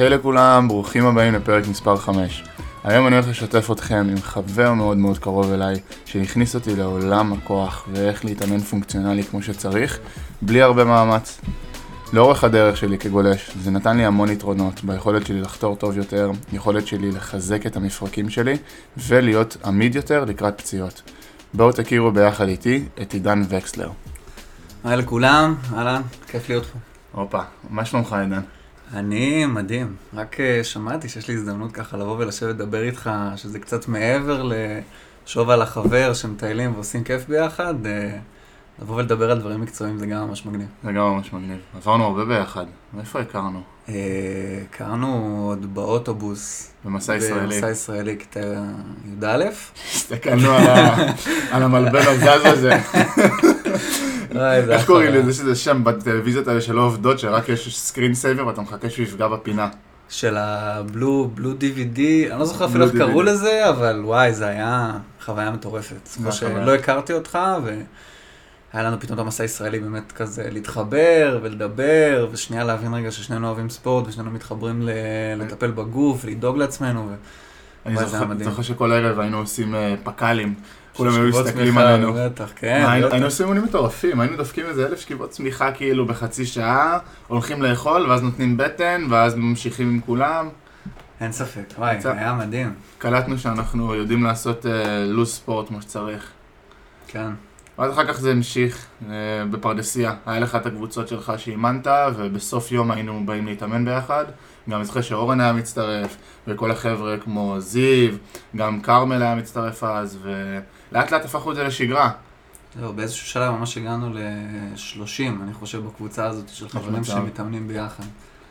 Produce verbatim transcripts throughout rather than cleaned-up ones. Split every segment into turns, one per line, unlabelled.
היי לכולם, ברוכים הבאים לפרק מספר חמש. היום אני הולך לשתף אתכם עם חבר מאוד מאוד קרוב אליי, שהכניס אותי לעולם הכוח ואיך להתאמן פונקציונלי כמו שצריך, בלי הרבה מאמץ. לאורך הדרך שלי כגולש, זה נתן לי המון יתרונות ביכולת שלי לחתור טוב יותר, יכולת שלי לחזק את המפרקים שלי, ולהיות עמיד יותר לקראת פציעות. בואו תכירו ביחד איתי את עידן וקסלר.
היי לכולם, אהלן, כיף להיות פה.
הופה, מה שלומך עידן?
אני מדהים, רק uh, שמעתי שיש לי הזדמנות ככה לבוא ולשבת לדבר איתך, שזה קצת מעבר לשוב על החבר שמטיילים ועושים כיף ביחד, uh, לבוא ולדבר על דברים מקצועיים זה גם ממש מגניב.
זה גם ממש מגניב. עברנו הרבה ביחד. מאיפה הכרנו?
Uh, הכרנו עוד באוטובוס.
במסע ישראלי.
במסע ישראלי, כתה י"א.
הסתכלנו על, ה... על המלבן הזז הזה. איך קוראים לזה שזה שם בטלוויזיות האלה שלא עובדות, שרק יש סקרין סייבר ואתה מחכה שהוא יפגע בפינה? של
הבלו, בלו די וי די, אני לא זוכר אפילו איך קראו לזה, אבל וואי, זה היה חוויה מטורפת. כמו שלא הכרתי אותך, והיה לנו פתאום את המסע הישראלי באמת כזה להתחבר ולדבר, ושנייה להבין רגע ששנינו אוהבים ספורט, ושנינו מתחברים לטפל בגוף, לדאוג לעצמנו,
אני זוכר שכל ערב היינו עושים פקלים, כולם היו מסתכלים עלינו. היינו עושים אימונים מטורפים, היינו דופקים איזה אלף שכיבות צמיחה כאילו בחצי שעה, הולכים לאכול ואז נותנים בטן ואז ממשיכים עם כולם.
אין ספק, וואי, היה מדהים.
קלטנו שאנחנו יודעים לעשות לוז ספורט כמו שצריך.
כן.
ואז אחר כך זה המשיך בפרדסיה. היה לך את הקבוצות שלך שאימנת, ובסוף יום היינו באים להתאמן ביחד. גם זוכר שאורן היה מצטרף, וכל החבר'ה כמו זיו, גם קרמל היה מצטרף אז, ולאט לאט הפכו את זה לשגרה.
זהו, באיזשהו שלב ממש הגענו ל-שלושים, אני חושב, בקבוצה הזאת של חברים שמתאמנים ביחד.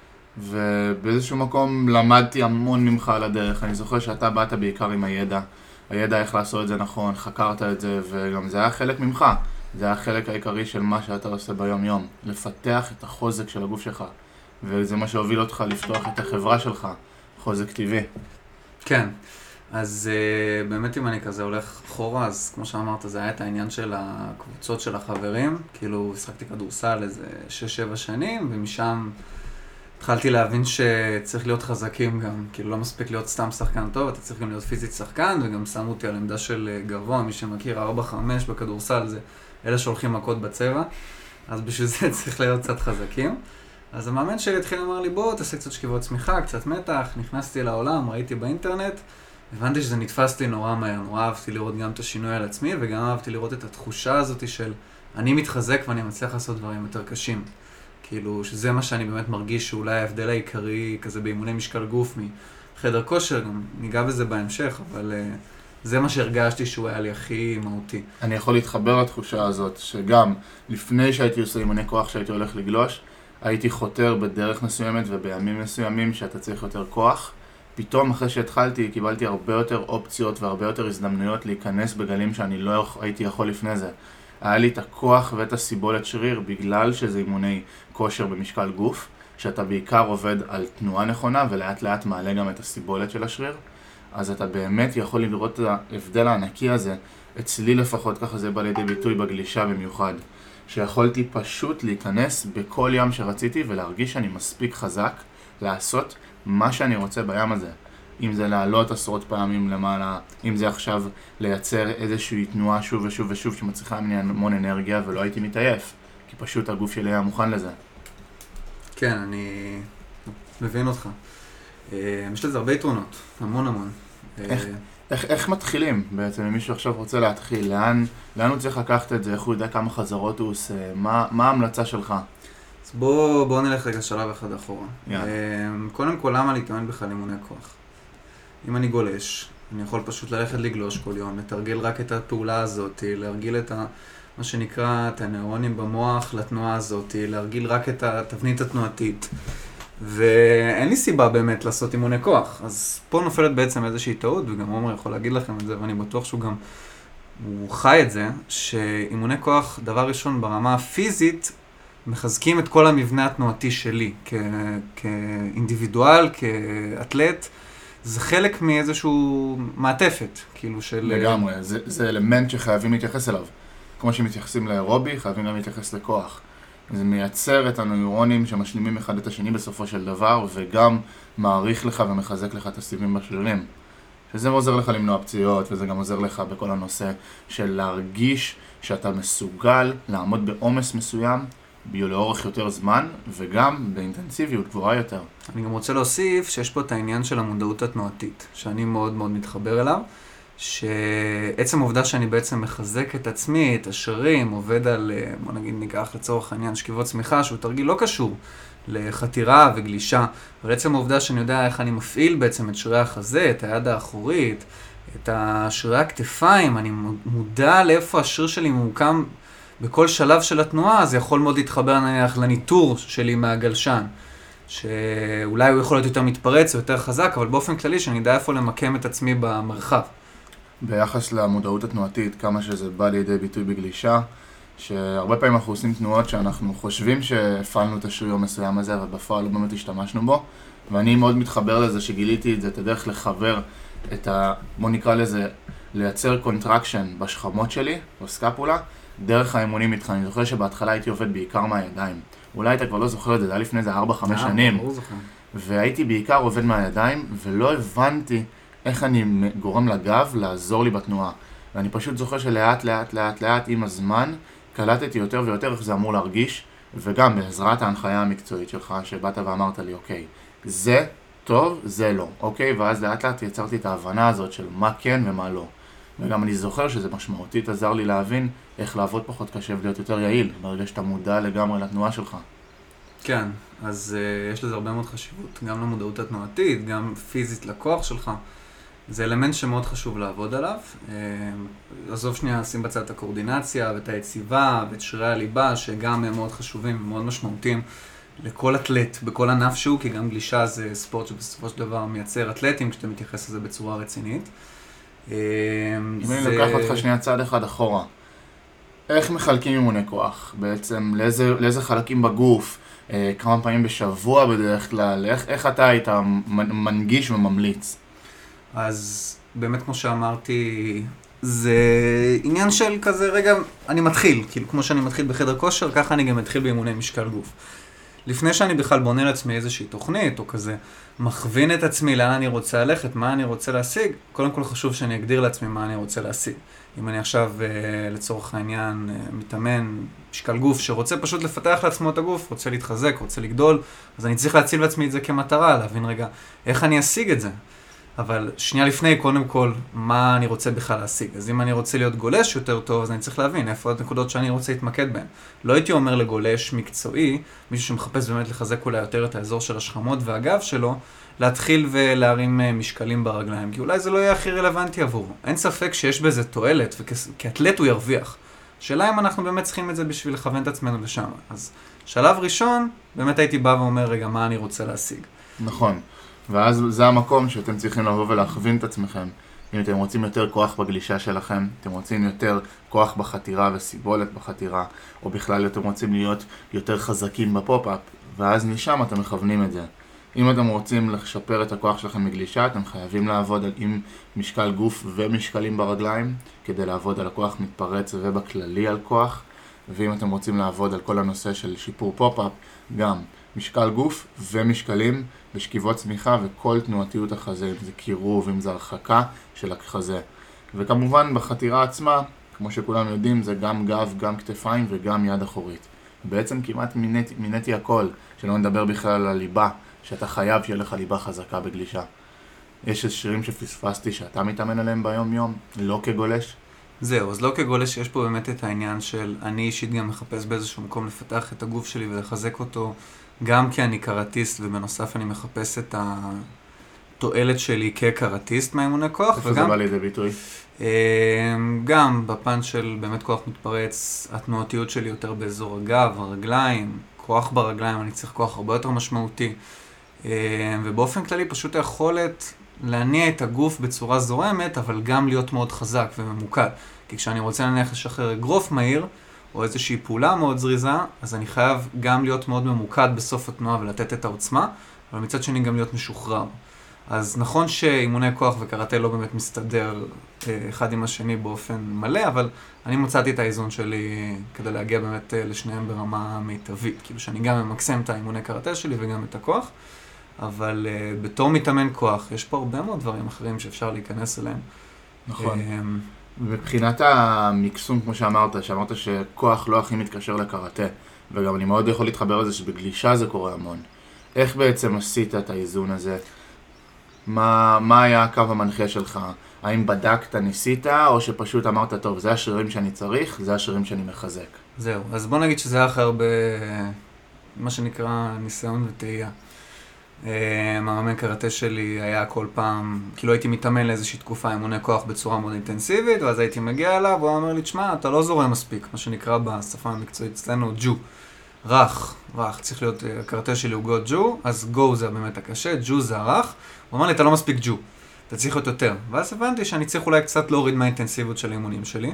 ובאיזשהו מקום למדתי המון ממך על הדרך. אני זוכר שאתה באת בעיקר עם הידע. הידע איך לעשות את זה נכון, חקרת את זה, וגם זה היה חלק ממך. זה היה חלק העיקרי של מה שאתה עושה ביום יום. לפתח את החוזק של הגוף שלך. וזה מה שהוביל אותך לפתוח את החברה שלך. חוזק טבעי.
כן. אז uh, באמת אם אני כזה הולך אחורה, אז כמו שאמרת, זה היה את העניין של הקבוצות של החברים. כאילו, שחקתי כדורסל איזה שש שבע שנים, ומשם התחלתי להבין שצריך להיות חזקים גם, כאילו לא מספיק להיות סתם שחקן טוב, אתה צריך גם להיות פיזית שחקן, וגם שמו אותי על עמדה של גבוה, מי שמכיר ארבע חמש בכדורסל, זה אלה שהולכים מכות בצבע, אז בשביל זה צריך להיות קצת חזקים. אז המאמן שלי התחיל לומר לי, בוא תעשה קצת שכיבות צמיחה, קצת מתח, נכנסתי לעולם, ראיתי באינטרנט, הבנתי שזה נתפס לי נורא מהר, נורא אהבתי לראות גם את השינוי על עצמי, וגם אהבתי לראות את התחושה הזאת של אני מתחזק ואני מצליח לעשות דברים יותר קשים. כאילו, שזה מה שאני באמת מרגיש שאולי ההבדל העיקרי כזה באימוני משקל גוף מחדר כושר, גם ניגע בזה בהמשך, אבל uh, זה מה שהרגשתי שהוא היה לי הכי מהותי.
אני יכול להתחבר לתחושה הזאת, שגם לפני שהייתי עושה אימוני כוח שהייתי הולך לגלוש, הייתי חותר בדרך מסוימת ובימים מסוימים שאתה צריך יותר כוח. פתאום אחרי שהתחלתי קיבלתי הרבה יותר אופציות והרבה יותר הזדמנויות להיכנס בגלים שאני לא הייתי יכול לפני זה. היה לי את הכוח ואת הסיבולת שריר בגלל שזה אימוני כושר במשקל גוף, שאתה בעיקר עובד על תנועה נכונה ולאט לאט מעלה גם את הסיבולת של השריר. אז אתה באמת יכול לראות את ההבדל הענקי הזה, אצלי לפחות ככה זה בא לידי ביטוי בגלישה במיוחד, שיכולתי פשוט להיכנס בכל ים שרציתי ולהרגיש שאני מספיק חזק לעשות מה שאני רוצה בים הזה. אם זה לעלות עשרות פעמים למעלה, אם זה עכשיו לייצר איזושהי תנועה שוב ושוב ושוב שמצריכה ממני המון אנרגיה ולא הייתי מתעייף, כי פשוט הגוף שלי היה מוכן לזה.
כן, אני מבין אותך. יש לזה הרבה יתרונות, המון המון.
איך, איך, איך מתחילים בעצם? אם מישהו עכשיו רוצה להתחיל, לאן, לאן הוא צריך לקחת את זה? איך הוא יודע כמה חזרות הוא עושה? מה, מה ההמלצה שלך?
אז בוא, בוא נלך רגע שלב אחד אחורה.
Yeah.
קודם כל, למה להתאמן בכלל אימוני כוח? אם אני גולש, אני יכול פשוט ללכת לגלוש כל יום, לתרגל רק את הפעולה הזאת, להרגיל את ה, מה שנקרא, את הנוירונים במוח לתנועה הזאת, להרגיל רק את התבנית התנועתית. ואין לי סיבה באמת לעשות אימוני כוח. אז פה נופלת בעצם איזושהי טעות, וגם עומר יכול להגיד לכם את זה, ואני בטוח שהוא גם, הוא חי את זה, שאימוני כוח, דבר ראשון, ברמה הפיזית, מחזקים את כל המבנה התנועתי שלי, כ- כאינדיבידואל, כאתלט. זה חלק מאיזשהו מעטפת, כאילו של...
לגמרי, זה, זה אלמנט שחייבים להתייחס אליו. כמו שמתייחסים לאירובי, חייבים גם להתייחס לכוח. זה מייצר את הנוירונים שמשלימים אחד את השני בסופו של דבר, וגם מעריך לך ומחזק לך את הסיבים בשרירים. שזה עוזר לך למנוע פציעות, וזה גם עוזר לך בכל הנושא של להרגיש שאתה מסוגל לעמוד בעומס מסוים, לאורך יותר זמן, וגם באינטנסיביות גבוהה יותר.
אני גם רוצה להוסיף שיש פה את העניין של המודעות התנועתית, שאני מאוד מאוד מתחבר אליו, שעצם העובדה שאני בעצם מחזק את עצמי, את השרירים, עובד על, בוא נגיד ניקח לצורך העניין שכיבות צמיחה, שהוא תרגיל לא קשור לחתירה וגלישה, אבל עצם העובדה שאני יודע איך אני מפעיל בעצם את שרירי החזה, את היד האחורית, את השרירי הכתפיים, אני מודע לאיפה השריר שלי ממוקם בכל שלב של התנועה, זה יכול מאוד להתחבר נניח לניטור שלי מהגלשן, שאולי הוא יכול להיות יותר מתפרץ או יותר חזק, אבל באופן כללי שאני יודע איפה למקם את עצמי במרחב.
ביחס למודעות התנועתית, כמה שזה בא לידי ביטוי בגלישה, שהרבה פעמים אנחנו עושים תנועות שאנחנו חושבים שהפעלנו את השריר המסוים הזה, אבל בפועל לא באמת השתמשנו בו, ואני מאוד מתחבר לזה שגיליתי את זה, את הדרך לחבר את ה... בוא נקרא לזה, לייצר קונטרקשן בשכמות שלי, בסקפולה, דרך האימונים איתך. אני זוכר שבהתחלה הייתי עובד בעיקר מהידיים. אולי אתה כבר לא זוכר את זה, זה היה לפני זה ארבע חמש שנים. והייתי בעיקר עובד מהידיים, ולא הבנתי איך אני גורם לגב לעזור לי בתנועה. ואני פשוט זוכר שלאט לאט לאט לאט עם הזמן, קלטתי יותר ויותר איך זה אמור להרגיש, וגם בעזרת ההנחיה המקצועית שלך, שבאת ואמרת לי, אוקיי, זה טוב, זה לא, אוקיי? ואז לאט לאט יצרתי את ההבנה הזאת של מה כן ומה לא. וגם אני זוכר שזה משמעותית עזר לי להבין איך לעבוד פחות קשה ולהיות יותר יעיל, ברגע שאתה מודע לגמרי לתנועה שלך.
כן, אז uh, יש לזה הרבה מאוד חשיבות, גם למודעות התנועתית, גם פיזית לכוח שלך. זה אלמנט שמאוד חשוב לעבוד עליו. Uh, עזוב שנייה, שים בצד את הקורדינציה ואת היציבה ואת שרירי הליבה, שגם הם מאוד חשובים ומאוד משמעותיים לכל אתלט, בכל ענף שהוא, כי גם גלישה זה ספורט שבסופו של דבר מייצר אתלטים, כשאתה מתייחס לזה בצורה רצינית.
אם אני לוקח אותך שנייה צעד אחד אחורה, איך מחלקים אימוני כוח? בעצם לאיזה, לאיזה חלקים בגוף, אה, כמה פעמים בשבוע בדרך כלל, איך, איך אתה היית מנגיש וממליץ?
אז באמת כמו שאמרתי, זה עניין של כזה רגע, אני מתחיל, כאילו כמו שאני מתחיל בחדר כושר, ככה אני גם מתחיל באימוני משקל גוף. לפני שאני בכלל בונה לעצמי איזושהי תוכנית או כזה, מכווין את עצמי לאן אני רוצה ללכת, מה אני רוצה להשיג, קודם כל חשוב שאני אגדיר לעצמי מה אני רוצה להשיג. אם אני עכשיו לצורך העניין מתאמן משקל גוף שרוצה פשוט לפתח לעצמו את הגוף, רוצה להתחזק, רוצה לגדול, אז אני צריך להציב לעצמי את זה כמטרה, להבין רגע איך אני אשיג את זה. אבל שנייה לפני, קודם כל, מה אני רוצה בכלל להשיג. אז אם אני רוצה להיות גולש יותר טוב, אז אני צריך להבין איפה הנקודות שאני רוצה להתמקד בהן. לא הייתי אומר לגולש מקצועי, מישהו שמחפש באמת לחזק אולי יותר את האזור של השכמות והגב שלו, להתחיל ולהרים משקלים ברגליים, כי אולי זה לא יהיה הכי רלוונטי עבורו. אין ספק שיש בזה תועלת, וכאתלט הוא ירוויח. שאלה אם אנחנו באמת צריכים את זה בשביל לכוון את עצמנו לשם. אז שלב ראשון, באמת הייתי בא ואומר, רגע, מה אני רוצה להשיג.
נכון. ואז זה המקום שאתם צריכים לבוא ולהכווין את עצמכם. אם אתם רוצים יותר כוח בגלישה שלכם, אתם רוצים יותר כוח בחתירה וסיבולת בחתירה, או בכלל אתם רוצים להיות יותר חזקים בפופ-אפ, ואז משם אתם מכוונים את זה. אם אתם רוצים לשפר את הכוח שלכם בגלישה, אתם חייבים לעבוד עם משקל גוף ומשקלים ברגליים, כדי לעבוד על הכוח מתפרץ ובכללי על כוח, ואם אתם רוצים לעבוד על כל הנושא של שיפור פופ-אפ, גם משקל גוף ומשקלים בשכיבות צמיחה וכל תנועתיות החזה, אם זה קירוב, אם זה הרחקה של החזה. וכמובן בחתירה עצמה, כמו שכולם יודעים, זה גם גב, גם כתפיים וגם יד אחורית. בעצם כמעט מיניתי, מיניתי הכל, שלא נדבר בכלל על הליבה, שאתה חייב שיהיה לך ליבה חזקה בגלישה. יש שירים שפספסתי שאתה מתאמן עליהם ביום יום, לא כגולש?
זהו, אז לא כגולש, יש פה באמת את העניין של אני אישית גם מחפש באיזשהו מקום לפתח את הגוף שלי ולחזק אותו, גם כי אני קראטיסט, ובנוסף אני מחפש את התועלת שלי כקראטיסט מהאימוני כוח.
איפה זה בא לידי ביטוי?
גם בפן של באמת כוח מתפרץ, התנועתיות שלי יותר באזור הגב, הרגליים, כוח ברגליים, אני צריך כוח הרבה יותר משמעותי. ובאופן כללי פשוט היכולת להניע את הגוף בצורה זורמת, אבל גם להיות מאוד חזק וממוקד. כי כשאני רוצה להניח לשחרר אגרוף מהיר, או איזושהי פעולה מאוד זריזה, אז אני חייב גם להיות מאוד ממוקד בסוף התנועה ולתת את העוצמה, אבל מצד שני גם להיות משוחרר. אז נכון שאימוני כוח וקראטה לא באמת מסתדר אחד עם השני באופן מלא, אבל אני מצאתי את האיזון שלי כדי להגיע באמת לשניהם ברמה מיטבית. כאילו שאני גם ממקסם את האימוני קראטה שלי וגם את הכוח, אבל uh, בתור מתאמן כוח, יש פה הרבה מאוד דברים אחרים שאפשר להיכנס אליהם.
נכון. מבחינת המקסום, כמו שאמרת, שאמרת שכוח לא הכי מתקשר לקראטה, וגם אני מאוד יכול להתחבר לזה שבגלישה זה קורה המון. איך בעצם עשית את האיזון הזה? מה, מה היה הקו המנחה שלך? האם בדקת, ניסית, או שפשוט אמרת, טוב, זה השרירים שאני צריך, זה השרירים שאני מחזק?
זהו, אז בוא נגיד שזה היה אחר הרבה, מה שנקרא ניסיון וטעייה. המאמן קראטה שלי היה כל פעם, כאילו הייתי מתאמן לאיזושהי תקופה אימוני כוח בצורה מאוד אינטנסיבית, ואז הייתי מגיע אליו, והוא אומר לי, תשמע, אתה לא זורם מספיק, מה שנקרא בשפה המקצועית אצלנו, ג'ו. רך, רך, צריך להיות, הקראטה שלי הוא גו ג'ו, אז גו זה באמת הקשה, ג'ו זה הרך. הוא אמר לי, אתה לא מספיק ג'ו, אתה צריך להיות יותר. ואז הבנתי שאני צריך אולי קצת להוריד מהאינטנסיביות של האימונים שלי,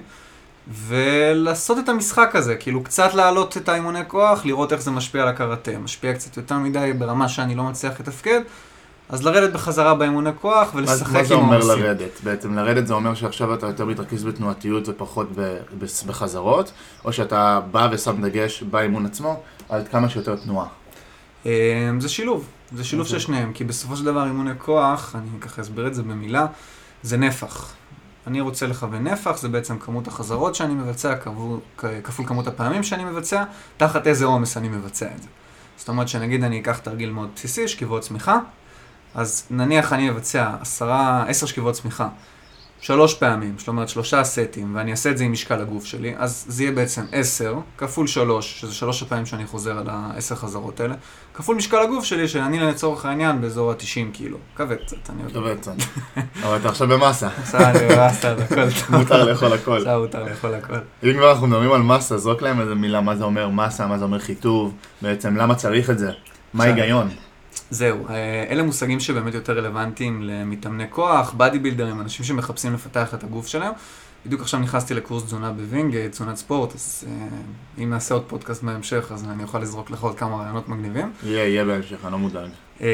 ולעשות את המשחק הזה, כאילו קצת להעלות את האימוני כוח, לראות איך זה משפיע על הקראטה. משפיע קצת יותר מדי ברמה שאני לא מצליח לתפקד, אז לרדת בחזרה באימוני כוח ולשחק עם העומסים.
מה זה אומר לרדת? בעצם לרדת זה אומר שעכשיו אתה יותר מתרכז בתנועתיות ופחות בחזרות, או שאתה בא ושם דגש באימון עצמו על כמה שיותר תנועה?
זה שילוב, זה שילוב של שניהם, כי בסופו של דבר אימוני כוח, אני ככה אסביר את זה במילה, זה נפח. אני רוצה לכוון נפח, זה בעצם כמות החזרות שאני מבצע, כפול כמות הפעמים שאני מבצע, תחת איזה עומס אני מבצע את זה. זאת אומרת שנגיד אני אקח תרגיל מאוד בסיסי, שכיבות צמיחה, אז נניח אני מבצע עשרה, עשר שכיבות צמיחה, שלוש פעמים, זאת אומרת שלושה סטים, ואני אעשה את זה עם משקל הגוף שלי, אז זה יהיה בעצם עשר, כפול שלוש, שזה שלוש הפעמים שאני חוזר על העשר חזרות האלה, כפול משקל הגוף שלי, שאני לצורך העניין באזור ה-תשעים קילו. כבד קצת, אני יודע.
כבד קצת. אבל אתה עכשיו במסה.
בסדר, אני במסה, הכל טוב.
מותר לאכול הכל.
בסדר, מותר לאכול הכל.
אם כבר אנחנו מדברים על מסה, זרוק להם איזה מילה, מה זה אומר מסה, מה זה אומר חיטוב, בעצם למה צריך את זה? מה ההיגיון?
זהו, אלה מושגים שבאמת יותר רלוונטיים למתאמני כוח, בדי בילדרים, אנשים שמחפשים לפתח את הגוף שלהם. בדיוק עכשיו נכנסתי לקורס תזונה בווינגייט, תזונת ספורט, אז אם נעשה עוד פודקאסט בהמשך, אז אני אוכל לזרוק לך עוד כמה רעיונות מגניבים.
יהיה, יהיה בהמשך, אני לא מודאג.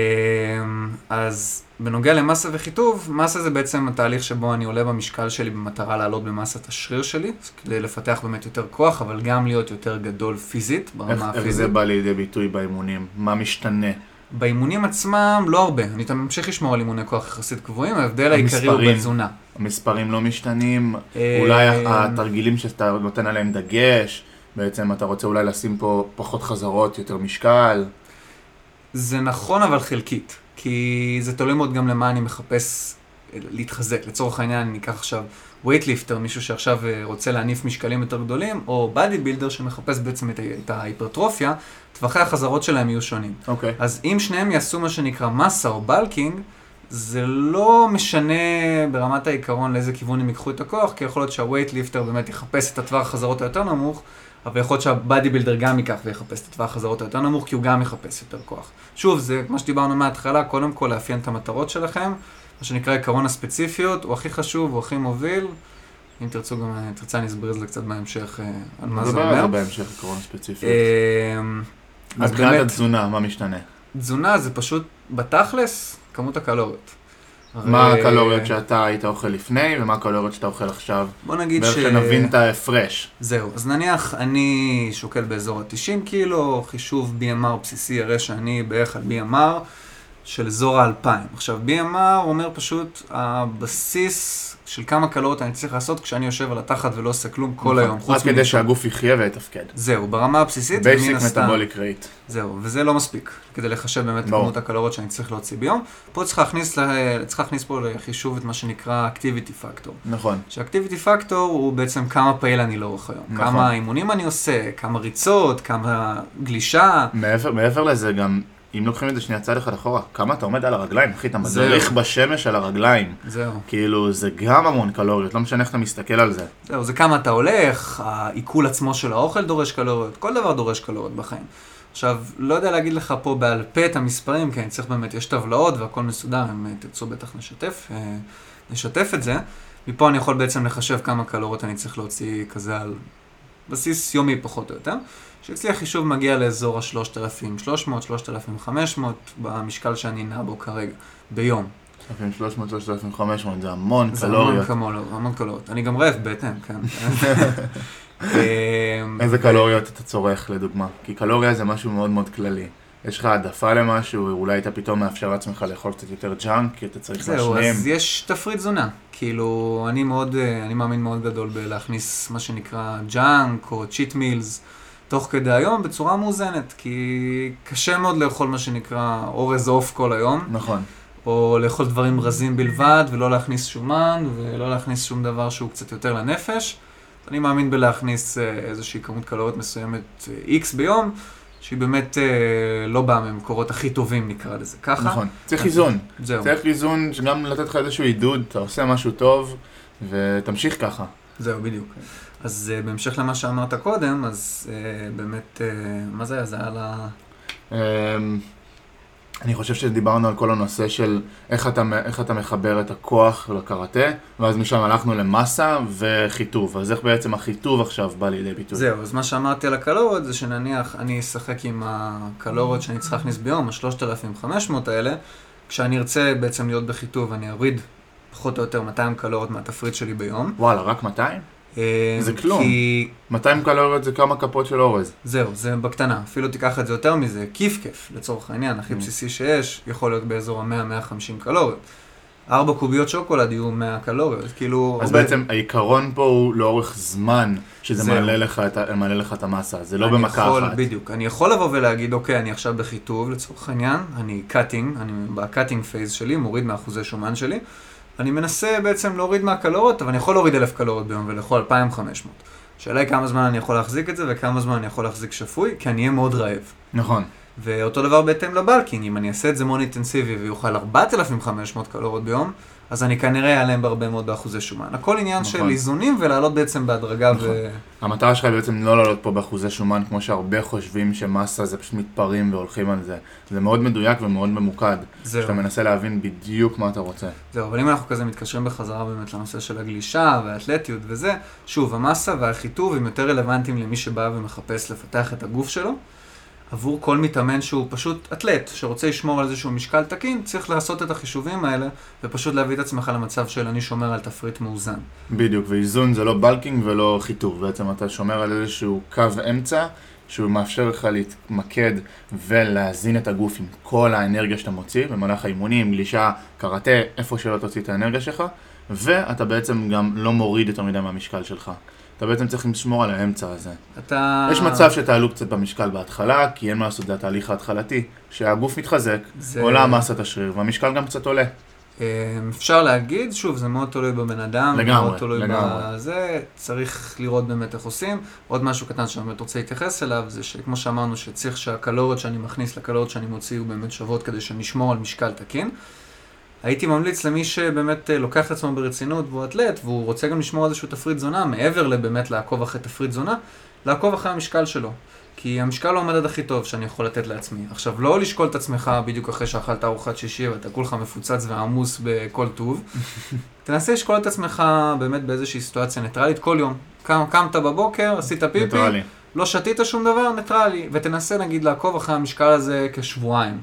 אז בנוגע למסה וחיטוב, מסה זה בעצם התהליך שבו אני עולה במשקל שלי במטרה לעלות במסת השריר שלי, כדי לפתח באמת יותר כוח, אבל גם להיות יותר גדול פיזית, ברמה הפיזית.
איך זה בא לידי ביטוי באימונים? מה משתנה?
באימונים עצמם לא הרבה, אני ממשיך לשמור על אימוני כוח יחסית קבועים, ההבדל העיקרי הוא בתזונה.
המספרים לא משתנים, אולי התרגילים שאתה נותן עליהם דגש, בעצם אתה רוצה אולי לשים פה פחות חזרות, יותר משקל.
זה נכון אבל חלקית, כי זה תלוי מאוד גם למה אני מחפש להתחזק. לצורך העניין אני אקח עכשיו ווייטליפטר, מישהו שעכשיו רוצה להניף משקלים יותר גדולים, או בדי בילדר שמחפש בעצם את, את ההיפרטרופיה, טווחי החזרות שלהם יהיו שונים.
Okay.
אז אם שניהם יעשו מה שנקרא מסה או בלקינג, זה לא משנה ברמת העיקרון לאיזה כיוון הם ייקחו את הכוח, כי יכול להיות שהווייטליפטר באמת יחפש את הטווח החזרות היותר נמוך, אבל יכול להיות שהבדי בילדר גם ייקח ויחפש את הטווח החזרות היותר נמוך, כי הוא גם יחפש יותר כוח. שוב, זה כמו שדיברנו מההתחלה, קודם כל לאפיין את המטרות שלכם, מה שנקרא עקרון הספציפיות, הוא הכי חשוב, הוא הכי מוביל. אם תרצו גם, תרצה אני אסביר את זה קצת בהמשך על מה זה אומר.
נדבר על זה בהמשך, עקרון הספציפיות. אז
באמת,
התזונה, מה משתנה?
תזונה זה פשוט בתכלס, כמות הקלוריות.
מה הקלוריות שאתה היית אוכל לפני, ומה הקלוריות שאתה אוכל עכשיו?
בוא נגיד ש...
בערך שנבין את ההפרש.
זהו, אז נניח אני שוקל באזור ה-תשעים קילו, חישוב בי אם אר בסיסי יראה שאני בערך על בי אם אר של אזור ה-אלפיים. עכשיו, בי אם אר אומר פשוט הבסיס של כמה קלוריות אני צריך לעשות כשאני יושב על התחת ולא עושה כלום כל היום.
רק כדי שהגוף יחיה ויתפקד.
זהו, ברמה הבסיסית.
Basic metabolic rate.
זהו, וזה לא מספיק, כדי לחשב באמת כמות הקלוריות שאני צריך להוציא ביום. פה צריך להכניס, צריך להכניס פה לחישוב את מה שנקרא activity factor.
נכון.
שה-activity factor הוא בעצם כמה פעיל אני לאורך היום. נכון. כמה אימונים אני עושה, כמה ריצות, כמה גלישה.
מעבר, מעבר לזה גם, אם לוקחים את זה שנייה צעד אחד אחורה, כמה אתה עומד על הרגליים, אחי, אתה מדריך בשמש על הרגליים.
זהו.
כאילו, זה גם המון קלוריות, לא משנה איך אתה מסתכל על זה.
זהו, זה כמה אתה הולך, העיכול עצמו של האוכל דורש קלוריות, כל דבר דורש קלוריות בחיים. עכשיו, לא יודע להגיד לך פה בעל פה את המספרים, כי אני צריך באמת, יש טבלאות והכל מסודר, אם תרצו בטח נשתף, נשתף את זה. מפה אני יכול בעצם לחשב כמה קלוריות אני צריך להוציא כזה על בסיס יומי פחות או יותר. שאצלי החישוב מגיע לאזור ה-שלושת אלפים ושלוש מאות, שלושת אלפים וחמש מאות במשקל שאני נע בו כרגע, ביום.
שלושת אלפים ושלוש מאות שלושת אלפים וחמש מאות, זה המון
זה
קלוריות.
המון, המון קלוריות. אני גם רעב בהתאם, כן.
איזה קלוריות אתה צורך לדוגמה? כי קלוריה זה משהו מאוד מאוד כללי. יש לך העדפה למשהו, אולי אתה פתאום מאפשר לעצמך לאכול קצת יותר ג'אנק, כי אתה צריך להשלים.
זהו, אז יש תפריט תזונה. כאילו, אני מאוד, אני מאמין מאוד גדול בלהכניס מה שנקרא ג'אנק או צ'יט מילס תוך כדי היום בצורה מאוזנת, כי קשה מאוד לאכול מה שנקרא אורז עוף כל היום.
נכון.
או לאכול דברים רזים בלבד, ולא להכניס שומן, ולא להכניס שום דבר שהוא קצת יותר לנפש. אני מאמין בלהכניס איזושהי כמות קלוריות מסוימת X ביום, שהיא באמת לא באה ממקורות הכי טובים, נקרא לזה ככה.
נכון, צריך איזון.
זהו.
צריך איזון שגם לתת לך איזשהו עידוד, אתה עושה משהו טוב, ותמשיך ככה.
זהו, בדיוק. אז בהמשך למה שאמרת קודם, אז באמת, מה זה היה? זה היה ל...
אני חושב שדיברנו על כל הנושא של איך אתה, איך אתה מחבר את הכוח לקראטה, ואז משם הלכנו למסה וחיטוב. אז איך בעצם החיטוב עכשיו בא לידי ביטוי?
זהו, אז מה שאמרתי על הקלוריות זה שנניח אני אשחק עם הקלוריות שאני צריך להכניס ביום, ה-שלושת אלפים וחמש מאות האלה, כשאני ארצה בעצם להיות בחיטוב, אני אוריד פחות או יותר מאתיים קלוריות מהתפריט שלי ביום.
וואלה, רק מאתיים? זה כלום.
כי...
מאתיים קלוריות זה כמה כפות של אורז.
זהו, זה בקטנה. אפילו תיקח את זה יותר מזה, כיף כיף, לצורך העניין, הכי בסיסי שיש, יכול להיות באזור ה-מאה עד מאה וחמישים קלוריות. ארבע קוביות שוקולד יהיו מאה קלוריות, כאילו...
אז בעצם העיקרון פה הוא לאורך זמן, שזה מעלה לך את, מעלה לך את המסה, זה לא במכה אחת.
בדיוק. אני יכול לבוא ולהגיד, אוקיי, אני עכשיו בחיטוב, לצורך העניין, אני קאטינג, אני בקאטינג פייז שלי, מוריד מאחוזי שומן שלי, אני מנסה בעצם להוריד מהקלוריות, אבל אני יכול להוריד אלף קלוריות ביום ולאכול אלפיים וחמש מאות. השאלה היא כמה זמן אני יכול להחזיק את זה וכמה זמן אני יכול להחזיק שפוי, כי אני אהיה מאוד רעב.
נכון.
ואותו דבר בהתאם לבלקינג, אם אני אעשה את זה מאוד אינטנסיבי ויוכל ארבעת אלפים וחמש מאות קלוריות ביום, אז אני כנראה אעלם בהרבה מאוד באחוזי שומן. הכל עניין נכון. של איזונים ולעלות בעצם בהדרגה נכון. ו...
המטרה שלך היא בעצם לא לעלות פה באחוזי שומן, כמו שהרבה חושבים שמסה זה פשוט מתפרים והולכים על זה. זה מאוד מדויק ומאוד ממוקד. זהו. שאתה מנסה להבין בדיוק מה אתה רוצה.
זהו, אבל אם אנחנו כזה מתקשרים בחזרה באמת לנושא של הגלישה והאתלטיות וזה, שוב, המסה והחיטוב הם יותר רלוונטיים למי שבא ומחפש לפתח את הגוף שלו. עבור כל מתאמן שהוא פשוט אתלט, שרוצה לשמור על איזשהו משקל תקין, צריך לעשות את החישובים האלה, ופשוט להביא את עצמך למצב של אני שומר על תפריט מאוזן.
בדיוק, ואיזון זה לא בלקינג ולא חיטוב, בעצם אתה שומר על איזשהו קו אמצע, שהוא מאפשר לך להתמקד ולהזין את הגוף עם כל האנרגיה שאתה מוציא, במהלך האימונים, גלישה, קראטה, איפה שלא תוציא את האנרגיה שלך, ואתה בעצם גם לא מוריד יותר מדי מהמשקל שלך. אתה בעצם צריך לשמור על האמצע הזה. אתה... יש מצב שתעלו קצת במשקל בהתחלה, כי אין מה לעשות, זה התהליך ההתחלתי, שהגוף מתחזק, זה... עולה מסת השריר, והמשקל גם קצת עולה.
אפשר להגיד, שוב, זה מאוד תלוי בבן אדם,
לגמרי,
מאוד תלוי
לגמרי.
בזה, צריך לראות באמת איך עושים. עוד משהו קטן שאני באמת רוצה להתייחס אליו, זה שכמו שאמרנו, שצריך שהקלוריות שאני מכניס לקלוריות שאני מוציא, הוא באמת שוות כדי שנשמור על משקל תקין. הייתי ממליץ למי שבאמת לוקח את עצמו ברצינות והוא אתלט, והוא רוצה גם לשמור איזשהו תפריט תזונה, מעבר לבאמת לעקוב אחרי תפריט תזונה, לעקוב אחרי המשקל שלו. כי המשקל הוא המדד הכי טוב שאני יכול לתת לעצמי. עכשיו, לא לשקול את עצמך בדיוק אחרי שאכלת ארוחת שישי ואתה כולך מפוצץ ועמוס בכל טוב. תנסה לשקול את עצמך באמת באיזושהי סיטואציה ניטרלית כל יום. קמת בבוקר, עשית פיפי, ניטרלי. לא שתית שום דבר, ניטרלי. ותנסה נגיד לעקוב אחרי המשקל הזה כשבועיים.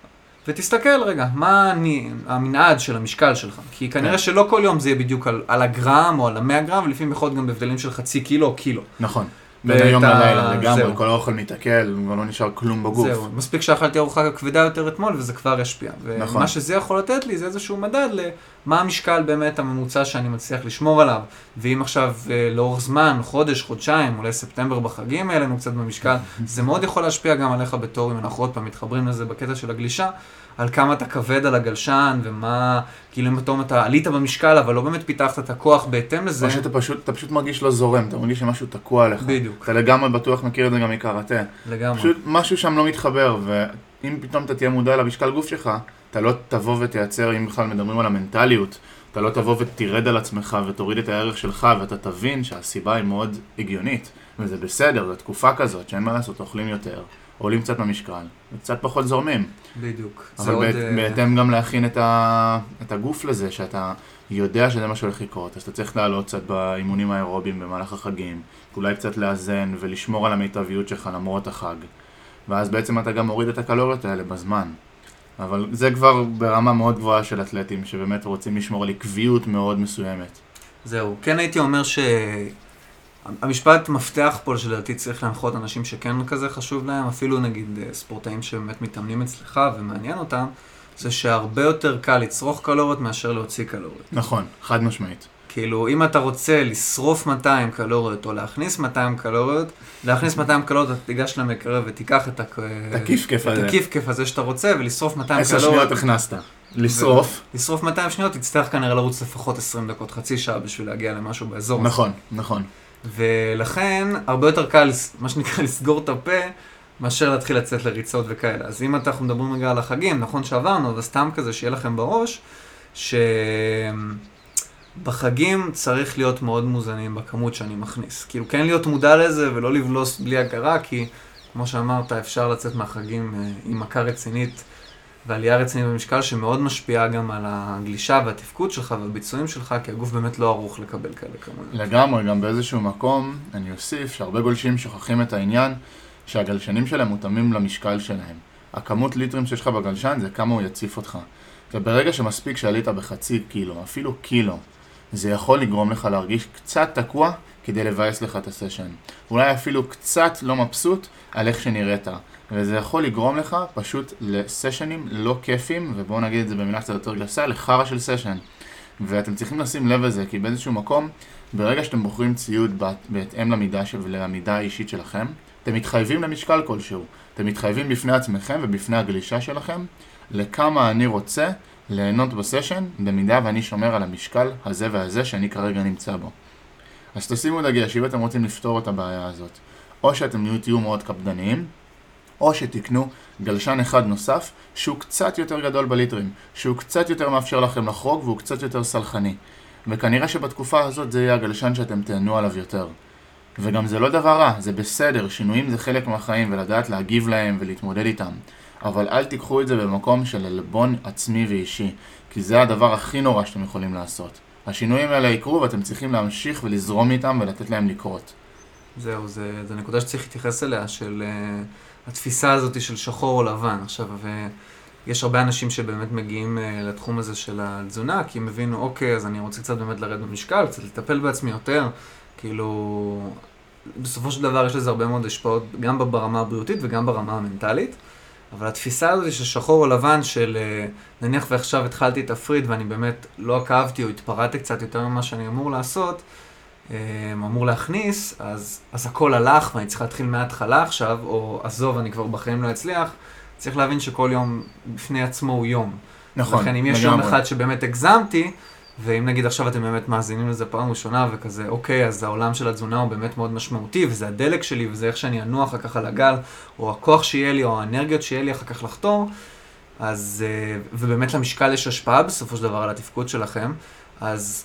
ותסתכל רגע, מה אני, המנעד של המשקל שלך. כי כנראה שלא כל יום זה יהיה בדיוק על, על הגרם או על המאה גרם, ולפעמים יכול להיות גם בהבדלים של חצי קילו או קילו.
נכון. בין היום ללילה לגמרי, כל האוכל מתעכל, ולא נשאר כלום בגוף.
זהו, מספיק שאכלתי ארוחה כבדה יותר אתמול, וזה כבר ישפיע.
נכון.
ומה שזה יכול לתת לי, זה איזשהו מדד למה המשקל באמת הממוצע שאני מצליח לשמור עליו. ואם עכשיו לאורך זמן, חודש, חודשיים, אולי ספטמבר בחגים האלה, קצת במשקל, זה מאוד יכול להשפיע גם עליך בתור, אם אנחנו עוד פעם מתחברים לזה בקטע של הגלישה, על כמה אתה כבד על הגלשן, ומה, כאילו אם פתאום אתה עלית במשקל, אבל לא באמת פיתחת את הכוח בהתאם לזה.
או שאתה פשוט, אתה פשוט מרגיש לא זורם, אתה מרגיש שמשהו תקוע עליך.
בדיוק.
אתה לגמרי בטוח מכיר את זה גם מקראטה.
לגמרי.
פשוט משהו שם לא מתחבר, ואם פתאום אתה תהיה מודע למשקל גוף שלך, אתה לא תבוא ותייצר, אם בכלל מדברים על המנטליות, אתה לא תבוא ותירד על עצמך ותוריד את הערך שלך, ואתה תבין שהסיבה היא מאוד הגיונית. וזה בסדר, זו תקופה כזאת, שאין מה לעשות, אוכלים יותר. עולים קצת במשקל, וקצת פחות זורמים.
בדיוק.
אבל בעת, עוד... בהתאם גם להכין את, ה... את הגוף לזה, שאתה יודע שזה מה שהולך לקרות, אז אתה צריך לעלות קצת באימונים האירוביים במהלך החגים, אולי קצת לאזן ולשמור על המיטביות שלך למרות החג. ואז בעצם אתה גם מוריד את הקלוריות האלה בזמן. אבל זה כבר ברמה מאוד גבוהה של אתלטים, שבאמת רוצים לשמור על עקביות מאוד מסוימת.
זהו, כן הייתי אומר שהמשפט מפתח פה שלדעתי צריך להנחות אנשים שכן כזה חשוב להם, אפילו נגיד ספורטאים שבאמת מתאמנים אצלך ומעניין אותם, זה שהרבה יותר קל לצרוך קלוריות מאשר להוציא קלוריות.
נכון, חד משמעית.
כאילו, אם אתה רוצה לשרוף מאתיים קלוריות או להכניס מאתיים קלוריות, להכניס מאתיים קלוריות, אתה תיגש למקרר ותיקח את
הכיף-כיף הזה.
את הכיף-כיף הזה שאתה רוצה, ולשרוף מאתיים
עשר
קלוריות.
שניות הכנסת. לשרוף.
לשרוף מאתיים שניות, תצטרך כנראה לרוץ לפחות עשרים דקות, חצי שעה בשביל להגיע למשהו באזור.
נכון, נכון.
ולכן, הרבה יותר קל, מה שנקרא, לסגור את הפה, מאשר להתחיל לצאת לריצות וכאלה. אז אם אנחנו מדברים רגע על החגים, נכון שעברנו, אבל סתם כזה שיהיה לכם בראש, שבחגים צריך להיות מאוד מוזנים בכמות שאני מכניס. כאילו, כן להיות מודע לזה ולא לבלוס בלי הכרה, כי כמו שאמרת, אפשר לצאת מהחגים עם מכה רצינית ועלייה רצינית במשקל, שמאוד משפיעה גם על הגלישה והתפקוד שלך והביצועים שלך, כי הגוף באמת לא ערוך לקבל כאלה כמויות.
לגמרי, גם באיזשהו מקום, אני אוסיף שהרבה גולשים שוכחים את העניין, שהגלשנים שלהם מותאמים למשקל שלהם. הכמות ליטרים שיש לך בגלשן זה כמה הוא יציף אותך. וברגע שמספיק שעלית בחצי קילו, אפילו קילו, זה יכול לגרום לך להרגיש קצת תקוע כדי לבאס לך את הסשן. אולי אפילו קצת לא מבסוט על איך שנראית. וזה יכול לגרום לך פשוט לסשנים לא כיפים, ובואו נגיד את זה במילה קצת יותר גסה, לחרא של סשן. ואתם צריכים לשים לב לזה, כי באיזשהו מקום, ברגע שאתם בוחרים ציוד בהתאם למידה ולמידה האישית שלכם, אתם מתחייבים למשקל כלשהו. אתם מתחייבים בפני עצמכם ובפני הגלישה שלכם, לכמה אני רוצה ליהנות בסשן, במידה ואני שומר על המשקל הזה והזה שאני כרגע נמצא בו. אז תשימו דגש, אם אתם רוצים לפתור את הבעיה הזאת, או שאתם תהיו מאוד קפדניים, או שתקנו גלשן אחד נוסף, שהוא קצת יותר גדול בליטרים, שהוא קצת יותר מאפשר לכם לחרוג, והוא קצת יותר סלחני. וכנראה שבתקופה הזאת זה יהיה הגלשן שאתם תהנו עליו יותר. וגם זה לא דבר רע, זה בסדר, שינויים זה חלק מהחיים, ולדעת להגיב להם ולהתמודד איתם. אבל אל תיקחו את זה במקום של עלבון עצמי ואישי, כי זה הדבר הכי נורא שאתם יכולים לעשות. השינויים האלה יקרו ואתם צריכים להמשיך ולזרום איתם ולתת להם לקרות.
זהו, זה, זה נקודה שצריך להתייחס אליה, של uh, התפיסה הזאת של שחור או לבן. עכשיו, ויש הרבה אנשים שבאמת מגיעים uh, לתחום הזה של התזונה, כי הם מבינו, אוקיי, אז אני רוצה קצת באמת לרדת במשקל, קצת לטפל בעצמי יותר, כאילו, בסופו של דבר יש לזה הרבה מאוד השפעות, גם ברמה הבריאותית וגם ברמה המנטלית, אבל התפיסה הזאת של שחור או לבן, של נניח ועכשיו התחלתי את הפריד ואני באמת לא עקבתי או התפרעתי קצת יותר ממה שאני אמור לעשות, אמור להכניס, אז, אז הכל הלך ואני צריך להתחיל מההתחלה עכשיו, או עזוב, אני כבר בחיים לא אצליח, צריך להבין שכל יום בפני עצמו הוא יום.
נכון,
לכן אם יש
לגמרי.
יום אחד שבאמת הגזמתי, ואם נגיד עכשיו אתם באמת מאזינים לזה פעם ראשונה וכזה, אוקיי, אז העולם של התזונה הוא באמת מאוד משמעותי, וזה הדלק שלי, וזה איך שאני אנוע אחר כך על הגל, או הכוח שיהיה לי, או האנרגיות שיהיה לי אחר כך לחתור, אז, ובאמת למשקל יש השפעה בסופו של דבר על התפקוד שלכם, אז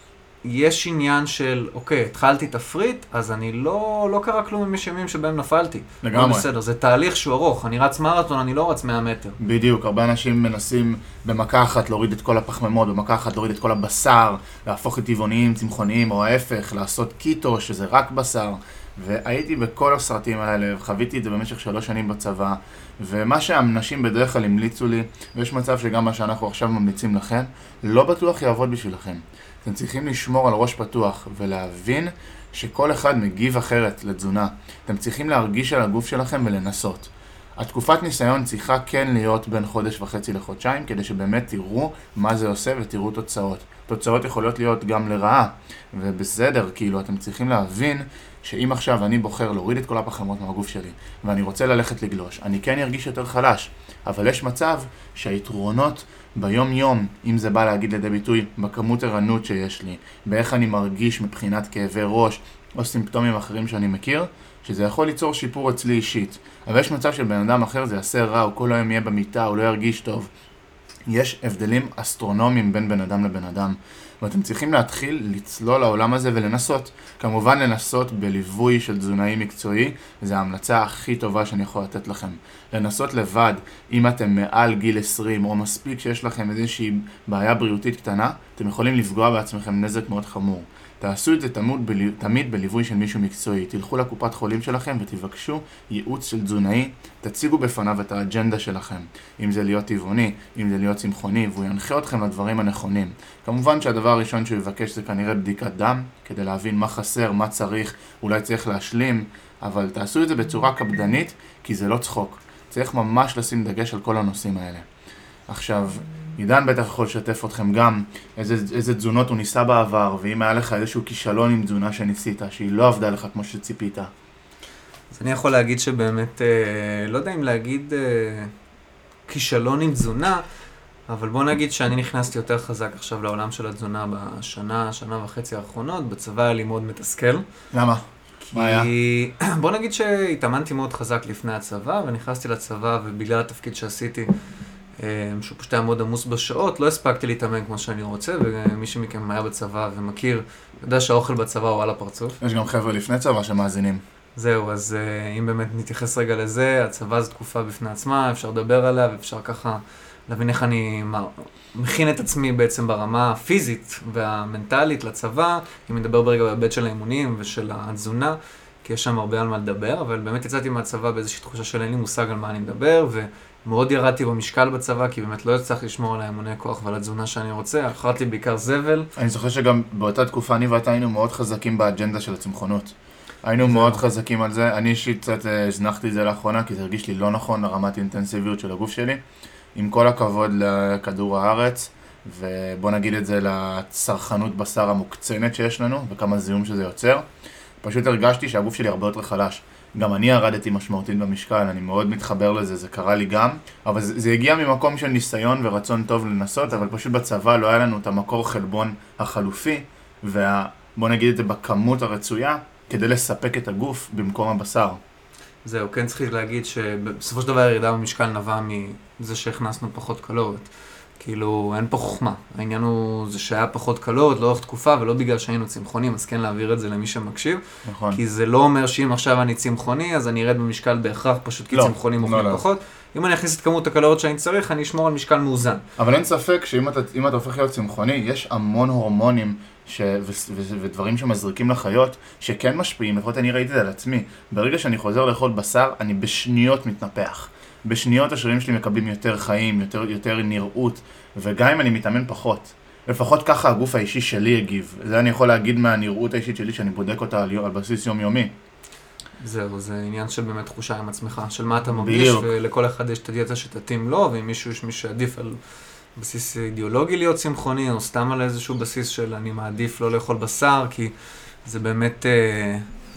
יש עניין של, אוקיי, התחלתי תפריט, אז אני לא, לא קרה כלום עם ימים שבהם נפלתי.
לגמרי.
לא בסדר, זה תהליך שהוא ארוך, אני רץ מרתון, אני לא רץ מאה מטר.
בדיוק, הרבה אנשים מנסים במכה אחת להוריד את כל הפחמימות, במכה אחת להוריד את כל הבשר, להפוך את טבעוניים, צמחוניים, או ההפך, לעשות קיטו, שזה רק בשר. והייתי בכל הסרטים האלה, וחוויתי את זה במשך שלוש שנים בצבא, ומה שהאנשים בדרך כלל המליצו לי, ויש מצב שגם מה שאנחנו עכשיו ממליצים לכם, לא בטוח יעבוד בשבילכם. אתם צריכים לשמור על ראש פתוח ולהבין שכל אחד מגיב אחרת לתזונה. אתם צריכים להרגיש על הגוף שלכם ולנסות. התקופת ניסיון צריכה כן להיות בין חודש וחצי לחודשיים, כדי שבאמת תראו מה זה עושה ותראו תוצאות. תוצאות יכולות להיות גם לרעה, ובסדר, כאילו אתם צריכים להבין שאם עכשיו אני בוחר להוריד את כל הפחמות מהגוף שלי, ואני רוצה ללכת לגלוש, אני כן ארגיש יותר חלש, אבל יש מצב שהיתרונות ביום יום, אם זה בא להגיד לידי ביטוי, בכמות ערנות שיש לי, באיך אני מרגיש מבחינת כאבי ראש, או סימפטומים אחרים שאני מכיר, שזה יכול ליצור שיפור אצלי אישית. אבל יש מצב של בן אדם אחר, זה יעשה רע, הוא כל היום יהיה במיטה, הוא לא ירגיש טוב. יש הבדלים אסטרונומיים בין בן אדם לבן אדם, ואתם צריכים להתחיל לצלול לעולם הזה ולנסות. כמובן לנסות בליווי של תזונאי מקצועי, זו ההמלצה הכי טובה שאני יכול לתת לכם. לנסות לבד, אם אתם מעל גיל עשרים, או מספיק שיש לכם איזושהי בעיה בריאותית קטנה, אתם יכולים לפגוע בעצמכם נזק מאוד חמור. תעשו את זה תמיד, תמיד בליווי של מישהו מקצועי. תלכו לקופת חולים שלכם ותבקשו ייעוץ של תזונאי, תציגו בפניו את האג'נדה שלכם. אם זה להיות טבעוני, אם זה להיות צמחוני, והוא ינחה אתכם לדברים הנכונים. כמובן שהדבר הראשון שהוא יבקש זה כנראה בדיקת דם, כדי להבין מה חסר, מה צריך, אולי צריך להשלים, אבל תעשו את זה בצורה קפדנית, כי זה לא צחוק. צריך ממש לשים דגש על כל הנושאים האלה. עכשיו, עידן בטח יכול לשתף אתכם גם איזה, איזה תזונות הוא ניסה בעבר, ואם היה לך איזשהו כישלון עם תזונה שניסית, שהיא לא עבדה לך כמו שציפית.
אז אני יכול להגיד שבאמת, אה, לא יודע אם להגיד אה, כישלון עם תזונה, אבל בוא נגיד שאני נכנסתי יותר חזק עכשיו לעולם של התזונה בשנה, שנה וחצי האחרונות, בצבא היה לי מאוד מתסכל.
למה?
כי... מה היה? בוא נגיד שהתאמנתי מאוד חזק לפני הצבא, ונכנסתי לצבא, ובגלל התפקיד שעשיתי, שהוא פשוט היה מאוד עמוס בשעות, לא הספקתי להתאמן כמו שאני רוצה, ומי שמכם היה בצבא ומכיר, יודע שהאוכל בצבא הוא על הפרצוף.
יש גם חבר'ה לפני צבא שמאזינים.
זהו, אז אם באמת נתייחס רגע לזה, הצבא זו תקופה בפני עצמה, אפשר לדבר עליה, ואפשר ככה להבין איך אני מכין את עצמי בעצם ברמה הפיזית והמנטלית לצבא, אם נדבר ברגע בהיבט של האימונים ושל התזונה, כי יש שם הרבה על מה לדבר, אבל באמת יצאתי מהצבא באיזושהי תחושה של אין לי מושג על מה אני מדבר, ומאוד ירדתי במשקל בצבא, כי באמת לא הצלחתי לשמור על האימוני כוח ועל התזונה שאני רוצה, אכלתי בעיקר זבל.
אני זוכר שגם באותה תקופה אני ואתה היינו מאוד חזקים באג'נדה של הצמחונות. היינו מאוד חזקים על זה, אני אישית קצת הזנחתי את זה לאחרונה, כי זה הרגיש לי לא נכון לרמת אינטנסיביות של הגוף שלי. עם כל הכבוד לכדור הארץ, ובוא נגיד את זה לצרכנות בשר המוקצנת שיש לנו, וכמה זיהום שזה יוצר. פשוט הרגשתי שהגוף שלי הרבה יותר חלש. גם אני ירדתי משמעותית במשקל, אני מאוד מתחבר לזה, זה קרה לי גם, אבל זה, זה הגיע ממקום של ניסיון ורצון טוב לנסות, אבל פשוט בצבא לא היה לנו את המקור חלבון החלופי, ובוא נגיד את זה בכמות הרצויה, כדי לספק את הגוף במקום הבשר.
זהו, כן צריך להגיד שבסופו של דבר הירידה במשקל נבע מזה שהכנסנו פחות קלוריות. כאילו, אין פה חוכמה. העניין הוא זה שהיה פחות קלוריות לאורך תקופה, ולא בגלל שהיינו צמחונים, אז כן להעביר את זה למי שמקשיב.
נכון.
כי זה לא אומר שאם עכשיו אני צמחוני, אז אני ארד במשקל בהכרח, פשוט כי
לא,
צמחונים אוכלים
לא, לא.
פחות. אם אני אכניס את כמות הקלוריות שאני צריך, אני אשמור על משקל מאוזן.
אבל אין ספק שאם אתה, אם אתה הופך להיות צמחוני, יש המון הורמונים ש... ו... ו... ודברים שמזריקים לחיות, שכן משפיעים, לפחות אני ראיתי את זה על עצמי. ברגע שאני חוזר לאכול בשר, אני בשניות מתנפח. בשניות השרירים שלי מקבלים יותר חיים, יותר, יותר נראות, וגם אם אני מתאמן פחות. לפחות ככה הגוף האישי שלי הגיב. זה אני יכול להגיד מהנראות האישית שלי, שאני בודק אותה על, על בסיס יומיומי.
זהו, זה עניין של באמת תחושה עם עצמך, של מה אתה מרגיש, ולכל אחד יש את הדיאטה שתתאים לו, ואם מישהו יש מישהו שעדיף על בסיס אידיאולוגי להיות צמחוני, או סתם על איזשהו בסיס של אני מעדיף לא לאכול בשר, כי זה באמת אה,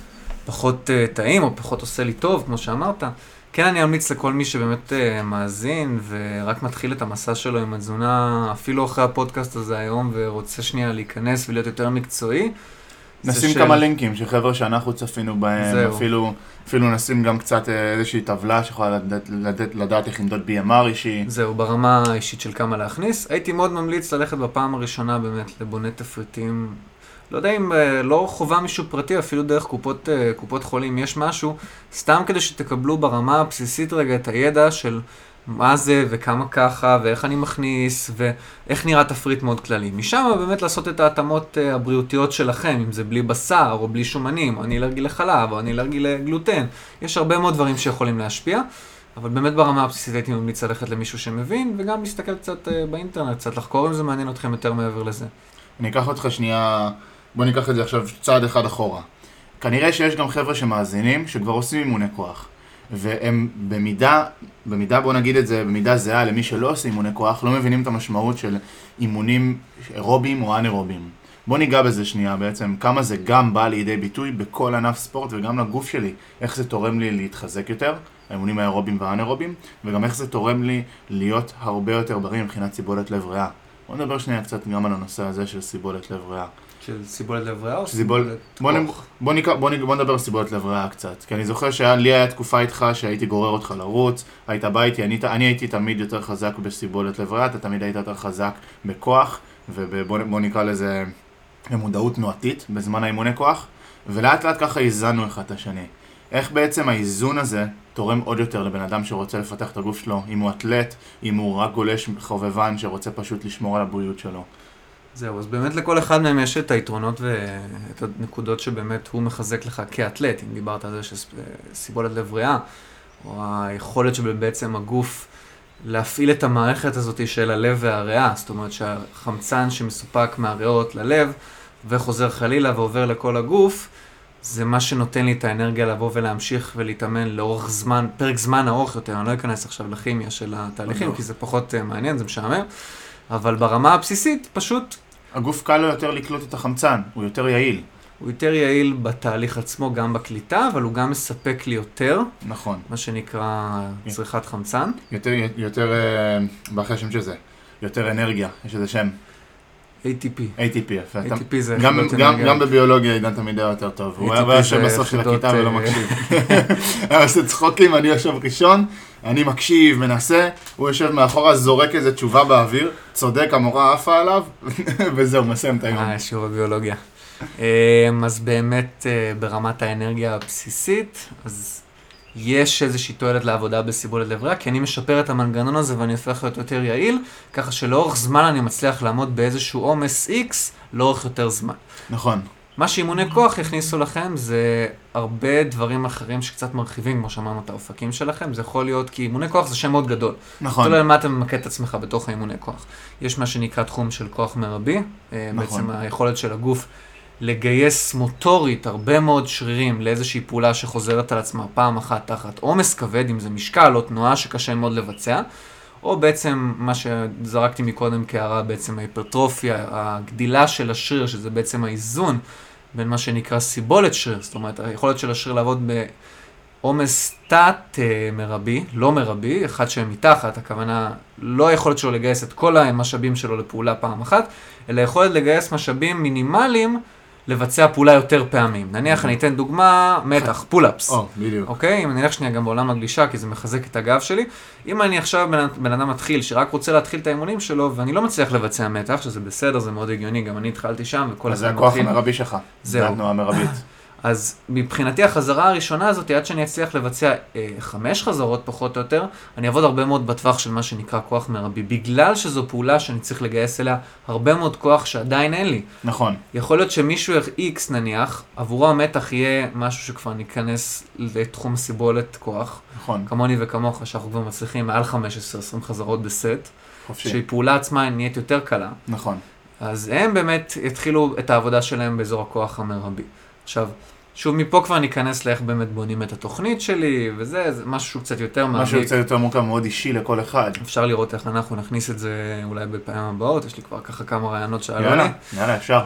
פחות אה, טעים, או פחות עושה לי טוב, כמו שאמרת. כן, אני אמליץ לכל מי שבאמת uh, מאזין ורק מתחיל את המסע שלו עם התזונה, אפילו אחרי הפודקאסט הזה היום, ורוצה שנייה להיכנס ולהיות יותר מקצועי.
נשים
של...
כמה לינקים של חבר'ה שאנחנו צפינו בהם, אפילו, אפילו נשים גם קצת איזושהי טבלה שיכולה לדעת, לדעת, לדעת איך למדוד בי אם אר אישי.
זהו, ברמה האישית של כמה להכניס. הייתי מאוד ממליץ ללכת בפעם הראשונה באמת לבוני תפריטים. לא יודע אם לא חובה מישהו פרטי, אפילו דרך קופות, קופות חולים, יש משהו, סתם כדי שתקבלו ברמה הבסיסית רגע את הידע של מה זה וכמה ככה ואיך אני מכניס ואיך נראה תפריט מאוד כללי. משם באמת לעשות את ההתאמות הבריאותיות שלכם, אם זה בלי בשר או בלי שומנים, או אני אלרגי לחלב או אני אלרגי לגלוטן. יש הרבה מאוד דברים שיכולים להשפיע, אבל באמת ברמה הבסיסית הייתי ממליץ ללכת למישהו שמבין, וגם להסתכל קצת באינטרנט, קצת לחקור אם זה מעניין אתכם יותר מעבר לזה.
אני אקח אותך שנייה, בוא ניקח את זה עכשיו צעד אחד אחורה. כנראה שיש גם חבר'ה שמאזינים שכבר עושים אימוני כוח. והם במידה, במידה בוא נגיד את זה, במידה זהה למי שלא עושה אימוני כוח, לא מבינים את המשמעות של אימונים אירובים או אנאירובים. בוא ניגע בזה שנייה בעצם, כמה זה גם בא לידי ביטוי בכל ענף ספורט וגם לגוף שלי. איך זה תורם לי להתחזק יותר, האימונים האירובים והאנאירובים, וגם איך זה תורם לי להיות הרבה יותר בריא מבחינת סיבולת לב ריאה. בוא נדבר שנייה קצת גם על הנושא הזה של סיבולת לב ריאה.
של סיבולת לב ריאה או
סיבול...
סיבולת
בוא,
כוח?
בוא, נק... בוא, נק... בוא נדבר על סיבולת לב ריאה קצת, כי אני זוכר שלי היה תקופה איתך שהייתי גורר אותך לרוץ, היית בא איתי, אני, אני הייתי תמיד יותר חזק בסיבולת לב ריאה, אתה תמיד היית יותר חזק בכוח, ובוא נקרא לזה מודעות תנועתית בזמן האימוני כוח, ולאט לאט ככה איזנו אחד את השני. איך בעצם האיזון הזה תורם עוד יותר לבן אדם שרוצה לפתח את הגוף שלו, אם הוא אתלט, אם הוא רק גולש חובבן שרוצה פשוט לשמור על הבריאות שלו?
זהו, אז באמת לכל אחד מהם יש את היתרונות ואת הנקודות שבאמת הוא מחזק לך כאתלט, אם דיברת על זה שסיבולת לב ריאה, או היכולת שבעצם הגוף להפעיל את המערכת הזאת של הלב והריאה, זאת אומרת שהחמצן שמסופק מהריאות ללב וחוזר חלילה ועובר לכל הגוף, זה מה שנותן לי את האנרגיה לבוא ולהמשיך ולהתאמן לאורך זמן, פרק זמן ארוך יותר. אני לא אכנס עכשיו לכימיה של התהליכים, כי זה פחות מעניין, זה משעמם, אבל ברמה הבסיסית פשוט...
הגוף קל לו יותר לקלוט את החמצן, הוא יותר יעיל.
הוא יותר יעיל בתהליך עצמו, גם בקליטה, אבל הוא גם מספק לי יותר.
נכון.
מה שנקרא צריכת חמצן.
יותר, יותר, באחרי השם שזה, יותר אנרגיה, יש איזה שם.
איי טי פי.
איי טי פי, יפה.
איי טי פי זה
גם,
יחידות
גם,
אנרגיה.
גם בביולוגיה עידן תמיד היה יותר טוב. הוא היה יושב בסוף של הכיתה ולא מקשיב. היה עושה צחוקים, אני יושב ראשון, אני מקשיב, מנסה, הוא יושב מאחורה, זורק איזה תשובה באוויר, צודק, המורה עפה עליו, וזהו, מסיים את היום.
אה, שיעור הביולוגיה. אז באמת ברמת האנרגיה הבסיסית, אז יש איזושהי תועלת לעבודה בסיבולת לב ריאה, כי אני משפר את המנגנון הזה ואני הופך להיות יותר יעיל, ככה שלאורך זמן אני מצליח לעמוד באיזשהו עומס X לאורך יותר זמן.
נכון.
מה שאימוני כוח יכניסו לכם זה הרבה דברים אחרים שקצת מרחיבים, כמו שאמרנו, את האופקים שלכם. זה יכול להיות, כי אימוני כוח זה שם מאוד גדול.
נכון.
תלוי על מה אתה ממקד את עצמך בתוך האימוני כוח. יש מה שנקרא תחום של כוח מרבי, נכון. בעצם היכולת של הגוף לגייס מוטורית הרבה מאוד שרירים לאיזושהי פעולה שחוזרת על עצמה פעם אחת תחת עומס כבד, אם זה משקל או תנועה שקשה מאוד לבצע, או בעצם מה שזרקתי מקודם כהערה, בעצם ההיפרטרופיה, הגדילה של השריר, שזה בעצם האיזון בין מה שנקרא סיבולת שריר, זאת אומרת, היכולת של השריר לעבוד בעומס תת מרבי, לא מרבי, אחד שהם מתחת, הכוונה לא היכולת שלו לגייס את כל המשאבים שלו לפעולה פעם אחת, אלא יכולת לגייס משאבים מינימליים לבצע פעולה יותר פעמים. נניח, אני אתן דוגמה, מתח, פול-אפס.
או, בדיוק.
אוקיי? אם אני אלך שנייה גם בעולם הגלישה, כי זה מחזק את הגב שלי. אם אני עכשיו בן, בן אדם מתחיל, שרק רוצה להתחיל את האימונים שלו, ואני לא מצליח לבצע מתח, שזה בסדר, זה מאוד הגיוני, גם אני התחלתי שם, וכל
אז זה הכוח המרבי שלך.
זהו.
זה התנועה המרבית.
אז מבחינתי החזרה הראשונה הזאת, עד שאני אצליח לבצע אה, חמש חזרות פחות או יותר, אני אעבוד הרבה מאוד בטווח של מה שנקרא כוח מרבי, בגלל שזו פעולה שאני צריך לגייס אליה הרבה מאוד כוח שעדיין אין לי.
נכון.
יכול להיות שמישהו X נניח, עבורו המתח יהיה משהו שכבר ניכנס לתחום הסיבולת כוח.
נכון.
כמוני וכמוך, שאנחנו כבר מצליחים מעל חמש עשרה עשרים חזרות בסט.
חופשי.
שהיא פעולה עצמה נהיית יותר קלה.
נכון.
אז הם באמת יתחילו את העבודה שלהם באזור הכוח המרבי. עכשיו, שוב, מפה כבר ניכנס לאיך באמת בונים את התוכנית שלי, וזה, זה משהו קצת יותר מעמיק.
משהו קצת יותר מורכב, מאוד אישי לכל אחד.
אפשר לראות איך אנחנו נכניס את זה אולי בפעמים הבאות, יש לי כבר ככה כמה רעיונות שעלו לי.
יאללה, יאללה, אפשר.